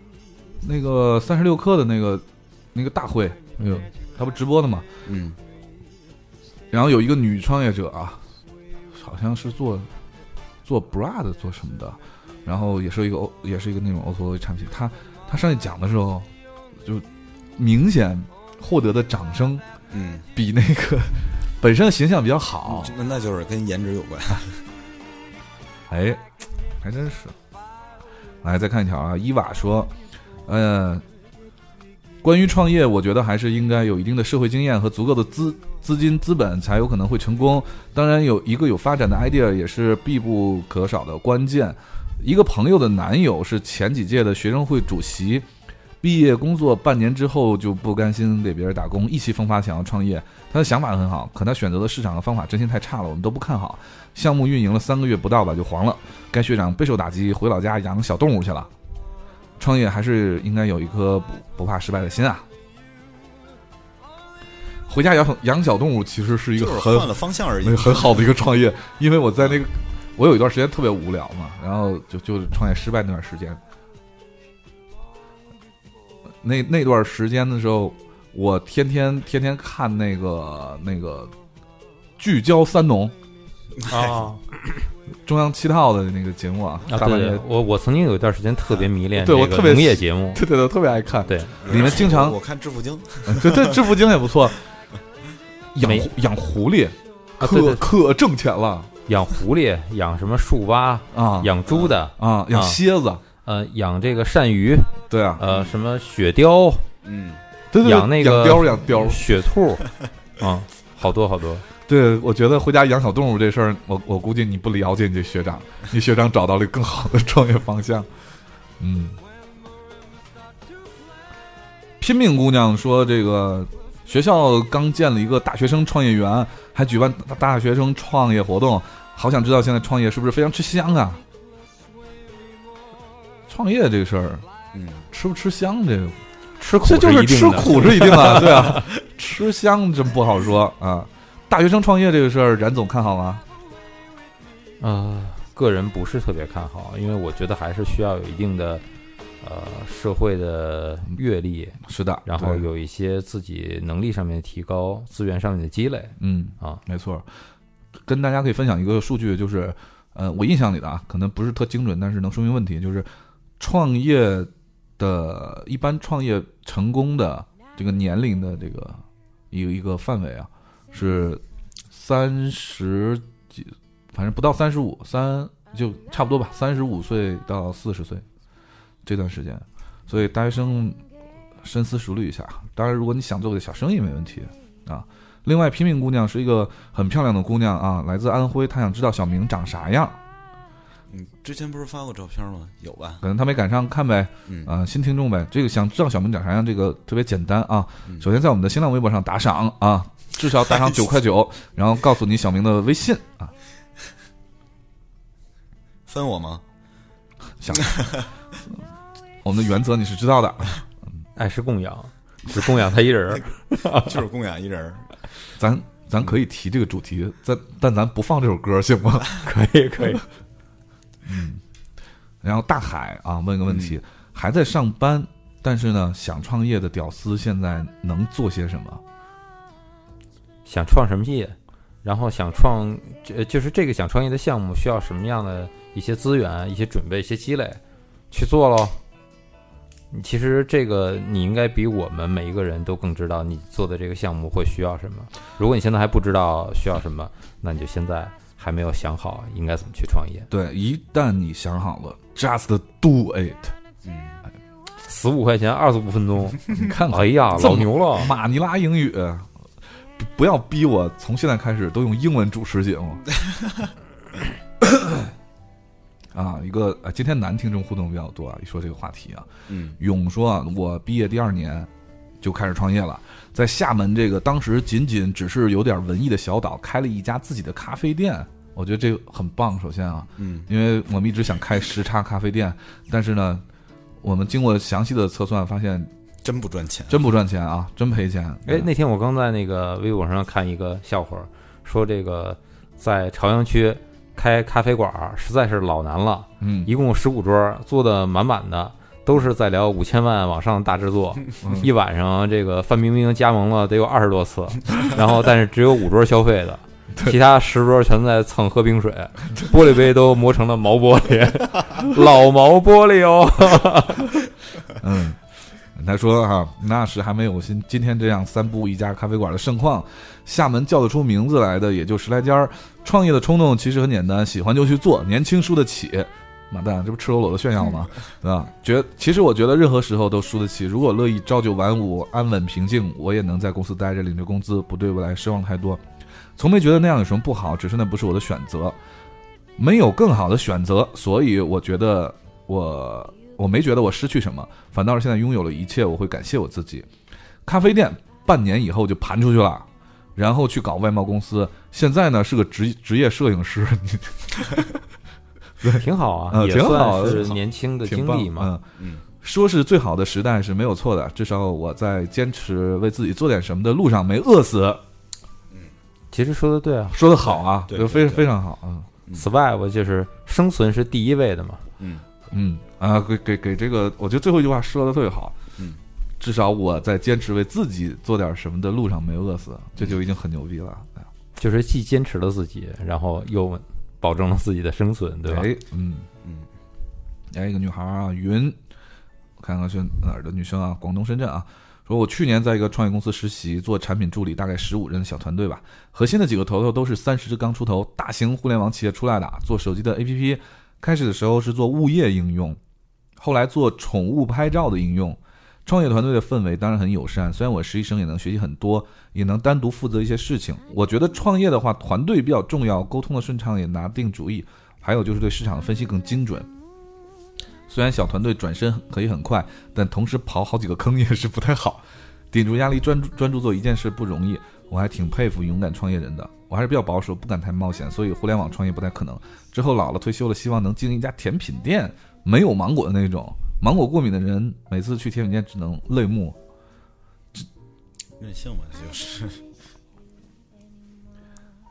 36氪的那个大会，他不直播的嘛，然后有一个女创业者啊，好像是做 bra 的，做什么的，然后也是一个那种 O2O 产品，他上去讲的时候，就明显获得的掌声。比那个本身的形象比较好， 那就是跟颜值有关。 还真是。来，再看一条啊，伊娃说，关于创业，我觉得还是应该有一定的社会经验和足够的资金资本，才有可能会成功。当然，有一个有发展的 idea 也是必不可少的关键。一个朋友的男友是前几届的学生会主席。毕业工作半年之后就不甘心给别人打工，意气风发想要创业。他的想法很好，可他选择的市场和方法真心太差了，我们都不看好。项目运营了3个月不到吧就黄了，该学长备受打击，回老家养小动物去了。创业还是应该有一颗不怕失败的心啊。回家养小动物其实是一个换了方向而已， 很好的一个创业。因为我在我有一段时间特别无聊嘛，然后就创业失败那段时间。那段时间的时候，我天天看那个聚焦三农中央7套的那个节目啊。 对，我曾经有一段时间特别迷恋对我特别农业节目， 对，我特别爱看。 对， 里面经常我看致富经， 对，致富经也不错。养狐狸，可挣钱了。 养狐狸，养什么树蛙啊， 养猪的啊，养蝎子。 养这个鳝鱼， 对啊， 什么雪貂， 对， 养那个养貂， 雪兔，好多好多。 对，我觉得回家养小动物这事儿，我估计你不了解你这学长，你学长找到了更好的创业方向。拼命姑娘说，这个学校刚建了一个大学生创业园，还举办大学生创业活动，好想知道现在创业是不是非常吃香啊？创业这个事儿，吃不吃香，这个吃苦这就是吃苦是一定的，对啊，吃香真不好说啊。 大学生创业这个事儿，冉总看好吗？ 个人不是特别看好，因为我觉得还是需要有一定的社会的阅历， 是的， 然后有一些自己能力上面的提高，资源上面的积累。 没错。跟大家可以分享一个数据，就是我印象里的啊，可能不是特精准，但是能说明问题，就是创业的一般创业成功的这个年龄的这个一个范围啊，是30几，反正不到35，就差不多吧，35岁到40岁这段时间。所以大学生深思熟虑一下。当然，如果你想做个小生意没问题啊。另外，拼命姑娘是一个很漂亮的姑娘啊，来自安徽，她想知道小明长啥样。 之前不是发过照片吗？有吧？ 可能她没赶上看呗。新听众呗。这个想知道小明长啥样，这个特别简单啊。首先在我们的新浪微博上打赏啊，至少打赏9块9，然后告诉你小明的微信啊。 分我吗？ 想我们的原则你是知道的。 爱是供养，只供养他一人就是供养一人。 咱可以提这个主题，但咱不放这首歌行吗？ 可以。 然后大海啊，问个问题，还在上班，但是呢，想创业的屌丝现在能做些什么？ 想创什么业？然后想创，就是这个想创业的项目需要什么样的一些资源、一些准备、一些积累，去做咯。其实这个你应该比我们每一个人都更知道你做的这个项目会需要什么。如果你现在还不知道需要什么，那你就现在还没有想好应该怎么去创业。 对，一旦你想好了 ，just do it。 15块钱25分钟， 你看， 哎呀，老牛了！ 马尼拉英语，不要逼我从现在开始都用英文主持节目。啊，一个今天男听众互动比较多啊，一说这个话题啊，勇说啊，我毕业第2年就开始创业了，在厦门这个当时仅只是有点文艺的小岛，开了一家自己的咖啡店，我觉得这个很棒。首先啊，因为我们一直想开时差咖啡店，但是呢，我们经过详细的测算发现， 真不赚钱啊，真赔钱。 那天我刚在那个微博上看一个笑话，说这个在朝阳区开咖啡馆实在是老难了，一共15桌，坐的满满的，都是在聊5000万往上的大制作，一晚上这个范冰冰加盟了得有20多次，然后但是只有5桌消费的，其他10桌全在蹭喝冰水，玻璃杯都磨成了毛玻璃，老毛玻璃哦。 他说哈，那时还没有今天这样3步1家咖啡馆的盛况，厦门叫得出名字来的也就10来家。创业的冲动其实很简单，喜欢就去做，年轻输得起。妈蛋，这不赤裸裸的炫耀吗？对吧？其实我觉得任何时候都输得起。如果乐意朝9晚5，安稳平静，我也能在公司待着，领着工资，不对未来失望太多。从没觉得那样有什么不好，只是那不是我的选择，没有更好的选择，所以我觉得我没觉得我失去什么，反倒是现在拥有了一切，我会感谢我自己。咖啡店半年以后就盘出去了，然后去搞外贸公司，现在呢是个职业摄影师。 挺好啊，也算是年轻的经历嘛。 说是最好的时代是没有错的，至少我在坚持为自己做点什么的路上没饿死。 其实说的对啊， 说的好啊， 对， 非常好啊。 survive 就是生存是第一位的嘛。 给这个，我觉得最后一句话说的特别好。至少我在坚持为自己做点什么的路上没饿死，这就已经很牛逼了。 就是既坚持了自己，然后又保证了自己的生存，对吧？ 一个女孩啊，云，看看是哪儿的女生啊，广东深圳啊，说我去年在一个创业公司实习，做产品助理，大概15人的小团队吧，核心的几个头头都是30刚出头，大型互联网企业出来的，做手机的 APP。开始的时候是做物业应用，后来做宠物拍照的应用。创业团队的氛围当然很友善，虽然我实习生也能学习很多，也能单独负责一些事情。我觉得创业的话，团队比较重要，沟通的顺畅，也拿定主意，还有就是对市场的分析更精准。虽然小团队转身可以很快，但同时刨好几个坑也是不太好。顶住压力专注做一件事不容易，我还挺佩服勇敢创业人的。我还是比较保守，不敢太冒险，所以互联网创业不太可能。之后老了退休了，希望能经营一家甜品店，没有芒果的那种。芒果过敏的人每次去甜品店只能泪目。 任性嘛，就是。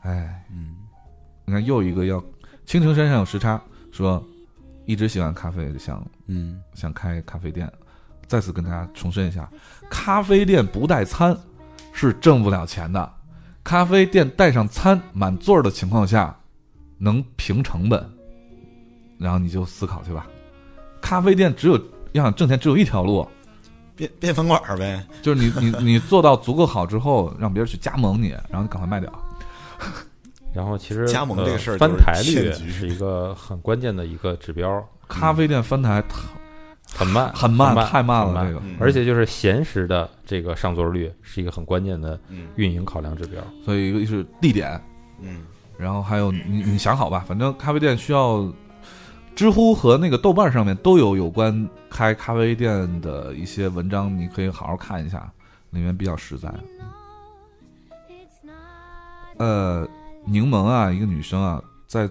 哎，你看又一个要青城山上有时差，说一直喜欢咖啡，想开咖啡店。再次跟大家重申一下，咖啡店不带餐是挣不了钱的，咖啡店带上餐满座的情况下能平成本，然后你就思考去吧。咖啡店要想挣钱只有一条路， 变饭馆呗， 就是你做到足够好之后，让别人去加盟你，然后你赶快卖掉。 然后其实加盟这个事儿翻台率是一个很关键的一个指标。 咖啡店翻台很慢， 太慢了。这个， 而且就是闲时的这个上座率是一个很关键的运营考量指标。 所以一个是地点，然后还有你想好吧，反正咖啡店需要。知乎和那个豆瓣上面都有关开咖啡店的一些文章，你可以好好看一下，里面比较实在。柠檬啊，一个女生啊，在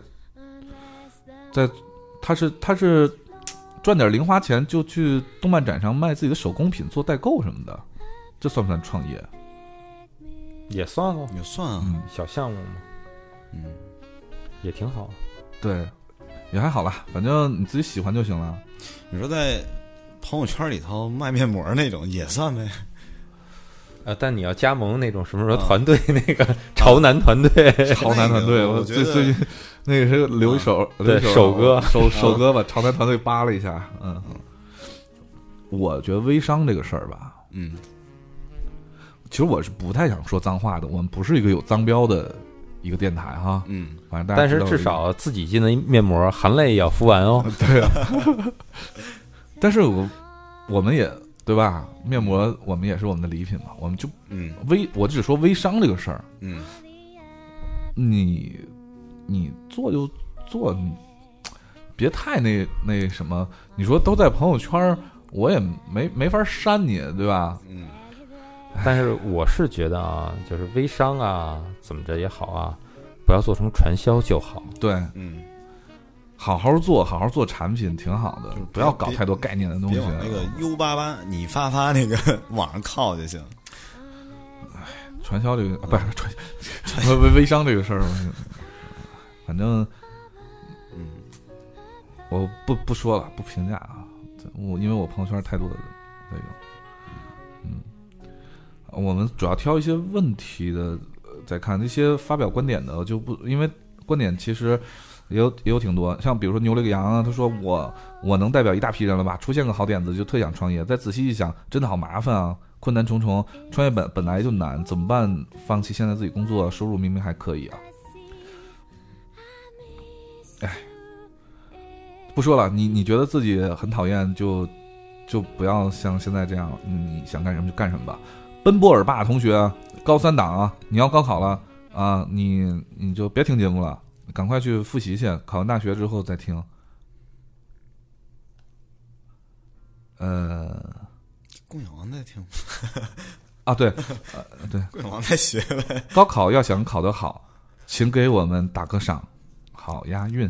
她是赚点零花钱就去动漫展上卖自己的手工品做代购什么的，这算不算创业？ 也算哦， 也算啊， 小项目嘛，也挺好。 对。也还好啦，反正你自己喜欢就行了。 你说在朋友圈里头卖面膜那种也算呗？ 但你要加盟那种什么团队，那个潮男团队， 潮男团队，我最近那个是留一手， 对手哥把潮男团队扒了一下。我觉得微商这个事儿吧，其实我是不太想说脏话的，我们不是一个有脏标的一个电台哈，反正大家但是至少自己进的面膜含泪也要敷完哦。 对啊，但是我们也对吧？面膜我们也是我们的礼品嘛，我们就我只说微商这个事儿，你做就做，你别太那什么。你说都在朋友圈，我也没法删你，对吧？ 但是我是觉得啊，就是微商啊，怎么着也好啊，不要做成传销就好。 对，好好做产品挺好的，不要搞太多概念的东西。 别往那个U88你发那个网上靠就行。 传销这个不是微商这个事儿，反正我不说了，不评价啊。因为我朋友圈太多的那种。我们主要挑一些问题的再看，那些发表观点的就不，因为观点其实也有挺多，像比如说牛了个羊啊，他说我能代表一大批人了吧，出现个好点子就特想创业，再仔细一想真的好麻烦啊，困难重重，创业本来就难，怎么办？放弃现在自己工作，收入明明还可以啊。不说了，你觉得自己很讨厌就不要像现在这样，你想干什么就干什么吧。奔波尔爸同学，高3党啊，你要高考了啊，你就别听节目了，赶快去复习去，考完大学之后再听。 供养王在听啊，对，对， 供养王在学呗。 高考要想考得好，请给我们打个赏，好押韵。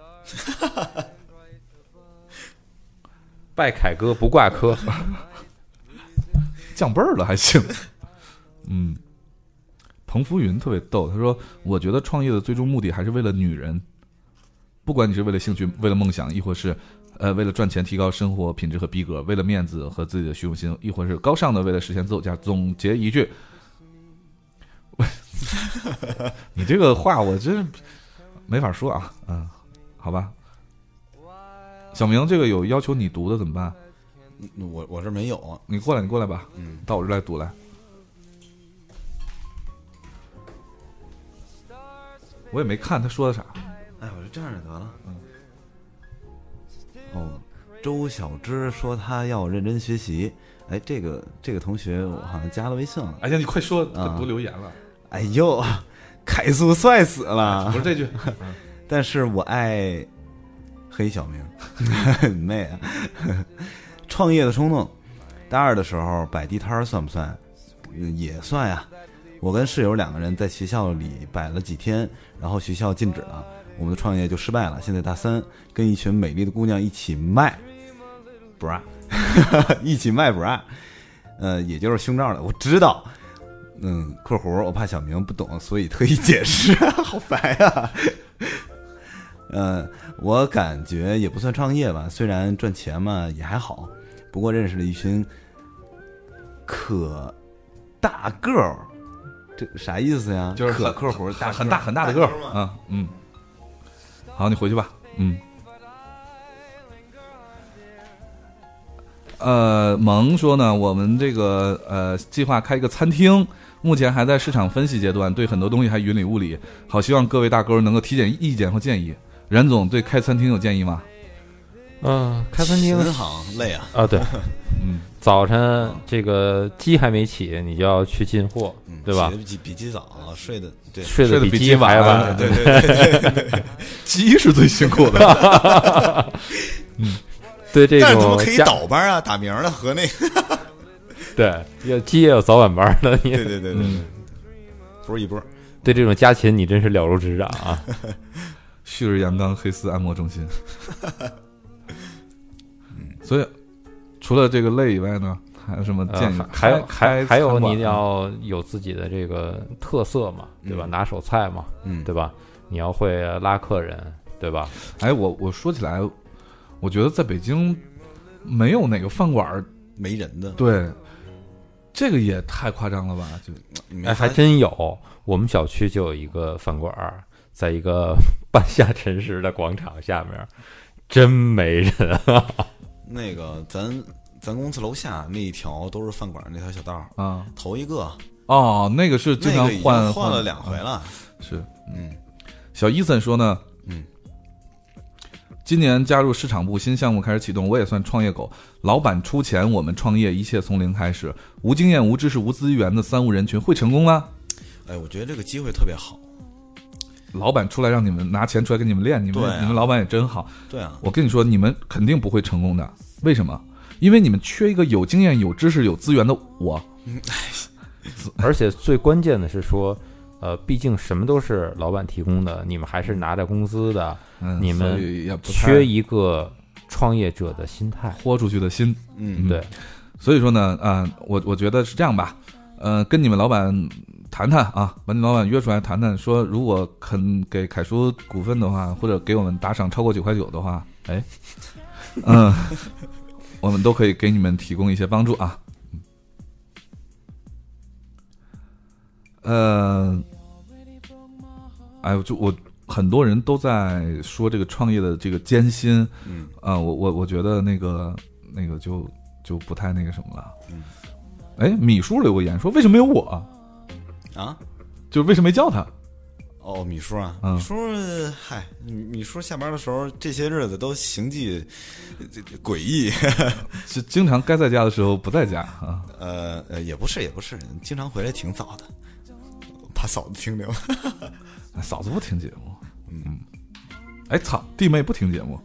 拜凯哥不挂科。 降辈儿了还行。彭福云特别逗，他说我觉得创业的最终目的还是为了女人，不管你是为了兴趣，为了梦想，亦或是为了赚钱提高生活品质和逼格，为了面子和自己的虚荣心，亦或是高尚的为了实现自我价值。总结一句，你这个话我真没法说啊。好吧，小明这个有要求你读的怎么办？ 我这没有啊， 你过来吧，到我这来读来。我也没看他说的啥。 我就这样就得了。周小芝说他要认真学习。这个同学我好像加了微信了。 哎呀，你快说，读留言了。 哎呦，凯苏帅死了！ 不是这句。 但是我爱黑小明。妹啊！创业的冲动，大2的时候摆地摊算不算？也算呀。我跟室友2个人在学校里摆了几天，然后学校禁止了，我们的创业就失败了。现在大3，跟一群美丽的姑娘一起卖 bra， 一起卖 bra， 也就是胸罩的。我知道， 括弧我怕小明不懂，所以特意解释，好烦呀。我感觉也不算创业吧，虽然赚钱嘛也还好，不过认识了一群可大个儿，这啥意思呀？ 就是可括弧大很大很大的个儿啊，好，你回去吧，萌说呢，我们这个计划开一个餐厅，目前还在市场分析阶段，对很多东西还云里雾里，好希望各位大哥能够提点意见和建议。冉总对开餐厅有建议吗？ 开餐厅银行累啊， 对，早晨这个鸡还没起，你就要去进货，对吧？ 比鸡早，睡得比鸡还晚， 对， 鸡是最辛苦的。 对这种， 但是他们可以倒班啊，打鸣的和那个， 对，鸡也有早晚班的， 对，不是一波。 对这种家禽，你真是了如指掌啊！ 旭日阳刚黑丝按摩中心。所以除了这个累以外呢，还有什么建议？ 还有你要有自己的这个特色嘛，对吧？拿手菜嘛，对吧？你要会拉客人，对吧？ 我说起来，我觉得在北京没有哪个饭馆没人的， 对，这个也太夸张了吧？ 还真有，我们小区就有一个饭馆，在一个半下沉式的广场下面，真没人啊。 那个咱公司楼下那一条都是饭馆那条小道啊，头一个那个是经常换了2回了， 是小伊森说呢，今年加入市场部，新项目开始启动，我也算创业狗，老板出钱，我们创业，一切从零开始，无经验、无知识、无资源的三无人群会成功吗？ 我觉得这个机会特别好。 老板出来让你们拿钱出来给你们练，你们老板也真好。 对啊， 我跟你说，你们肯定不会成功的。为什么？因为你们缺一个有经验、有知识、有资源的我。 而且最关键的是说，毕竟什么都是老板提供的，你们还是拿着工资的，你们缺一个创业者的心态， 豁出去的心。 对。 所以说呢，我觉得是这样吧，跟你们老板谈谈啊，把你老板约出来谈谈，说如果肯给凯叔股份的话，或者给我们打赏超过9.9块的话，我们都可以给你们提供一些帮助啊。我很多人都在说这个创业的这个艰辛，我觉得那个就不太那个什么了。米叔留个言说为什么没有我啊？就是为什么没叫他？ 米叔啊，米叔，米叔下班的时候这些日子都行迹诡异， 是经常该在家的时候不在家啊。 也不是，经常回来挺早的，怕嫂子听着。 嫂子不听节目，操，弟妹不听节目。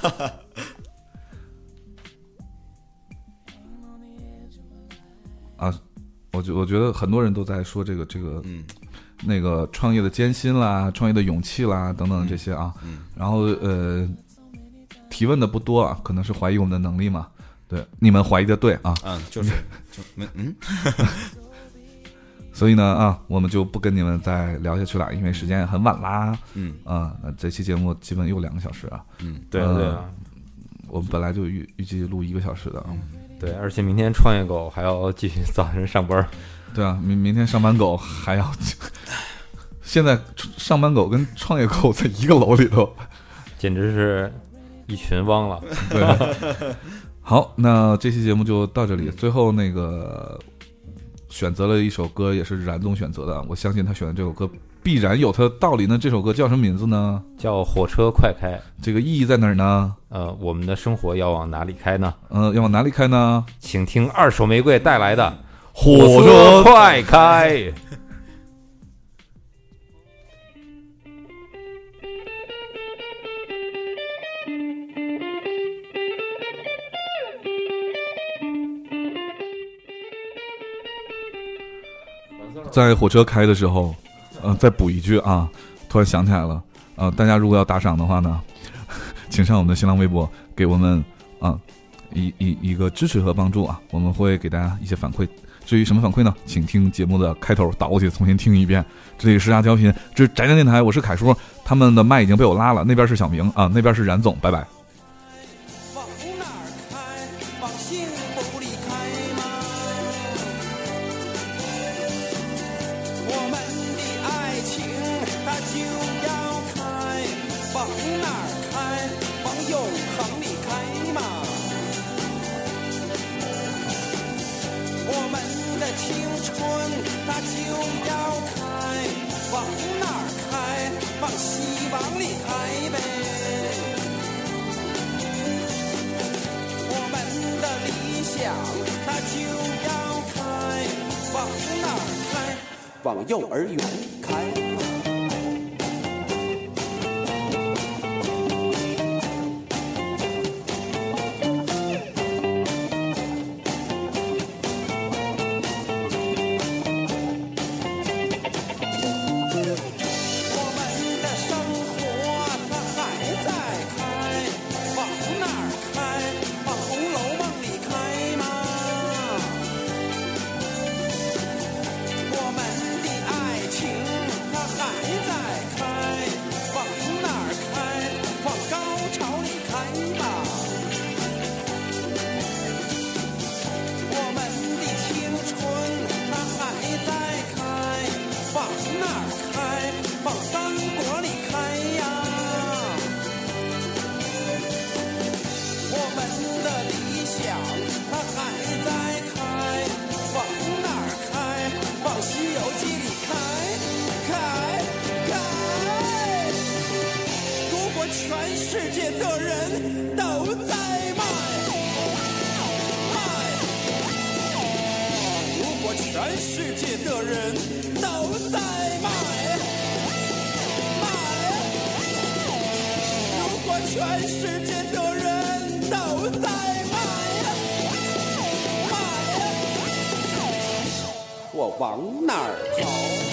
我觉得很多人都在说这个那个创业的艰辛啦，创业的勇气啦等等这些啊，然后提问的不多啊，可能是怀疑我们的能力嘛。对，你们怀疑的对啊，所以呢我们就不跟你们再聊下去了，因为时间也很晚啦。这期节目基本又2个小时啊。 对啊， 我们本来就预计录1个小时的啊。 对，而且明天创业狗还要继续早晨上班。 对啊，明天上班狗还要，现在上班狗跟创业狗在一个楼里头， 简直是一群汪了。 对，好，那这期节目就到这里。最后那个选择了一首歌，也是冉总选择的，我相信他选的这首歌必然有它的道理呢。这首歌叫什么名字呢？ 叫火车快开。这个意义在哪儿呢？ 我们的生活要往哪里开呢？ 要往哪里开呢？ 请听二手玫瑰带来的火车快开。 在火车开的时候，再补一句啊，突然想起来了，大家如果要打赏的话呢，请上我们的新浪微博给我们一个支持和帮助啊，我们会给大家一些反馈。 至于什么反馈呢？请听节目的开头倒过去重新听一遍。这里是大调频，这是宅男电台，我是凯叔，他们的麦已经被我拉了，那边是小明啊，那边是冉总，拜拜。 往哪儿开？往幸福里开吗？我们的爱情它就要开，往哪儿开？往永恒里开吗？我们的青春它就要开，往哪儿开？往希望里开呗。我们的理想它就要开，往哪儿开？往幼儿园里开。全世界的人都在卖。如果全世界的人都在卖。如果全世界的人都在卖。我往哪儿跑？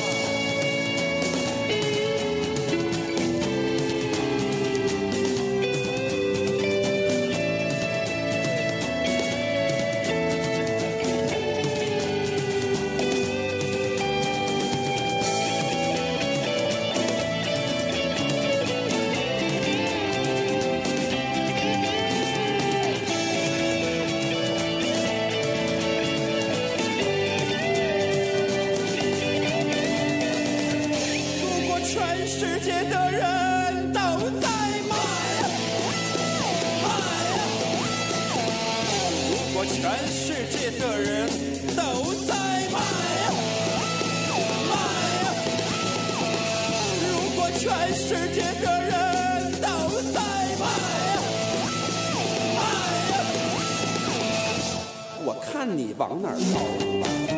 世界的人都在卖。如果全世界的人都在卖。如果全世界的人都在卖。我看你往哪儿跑吧。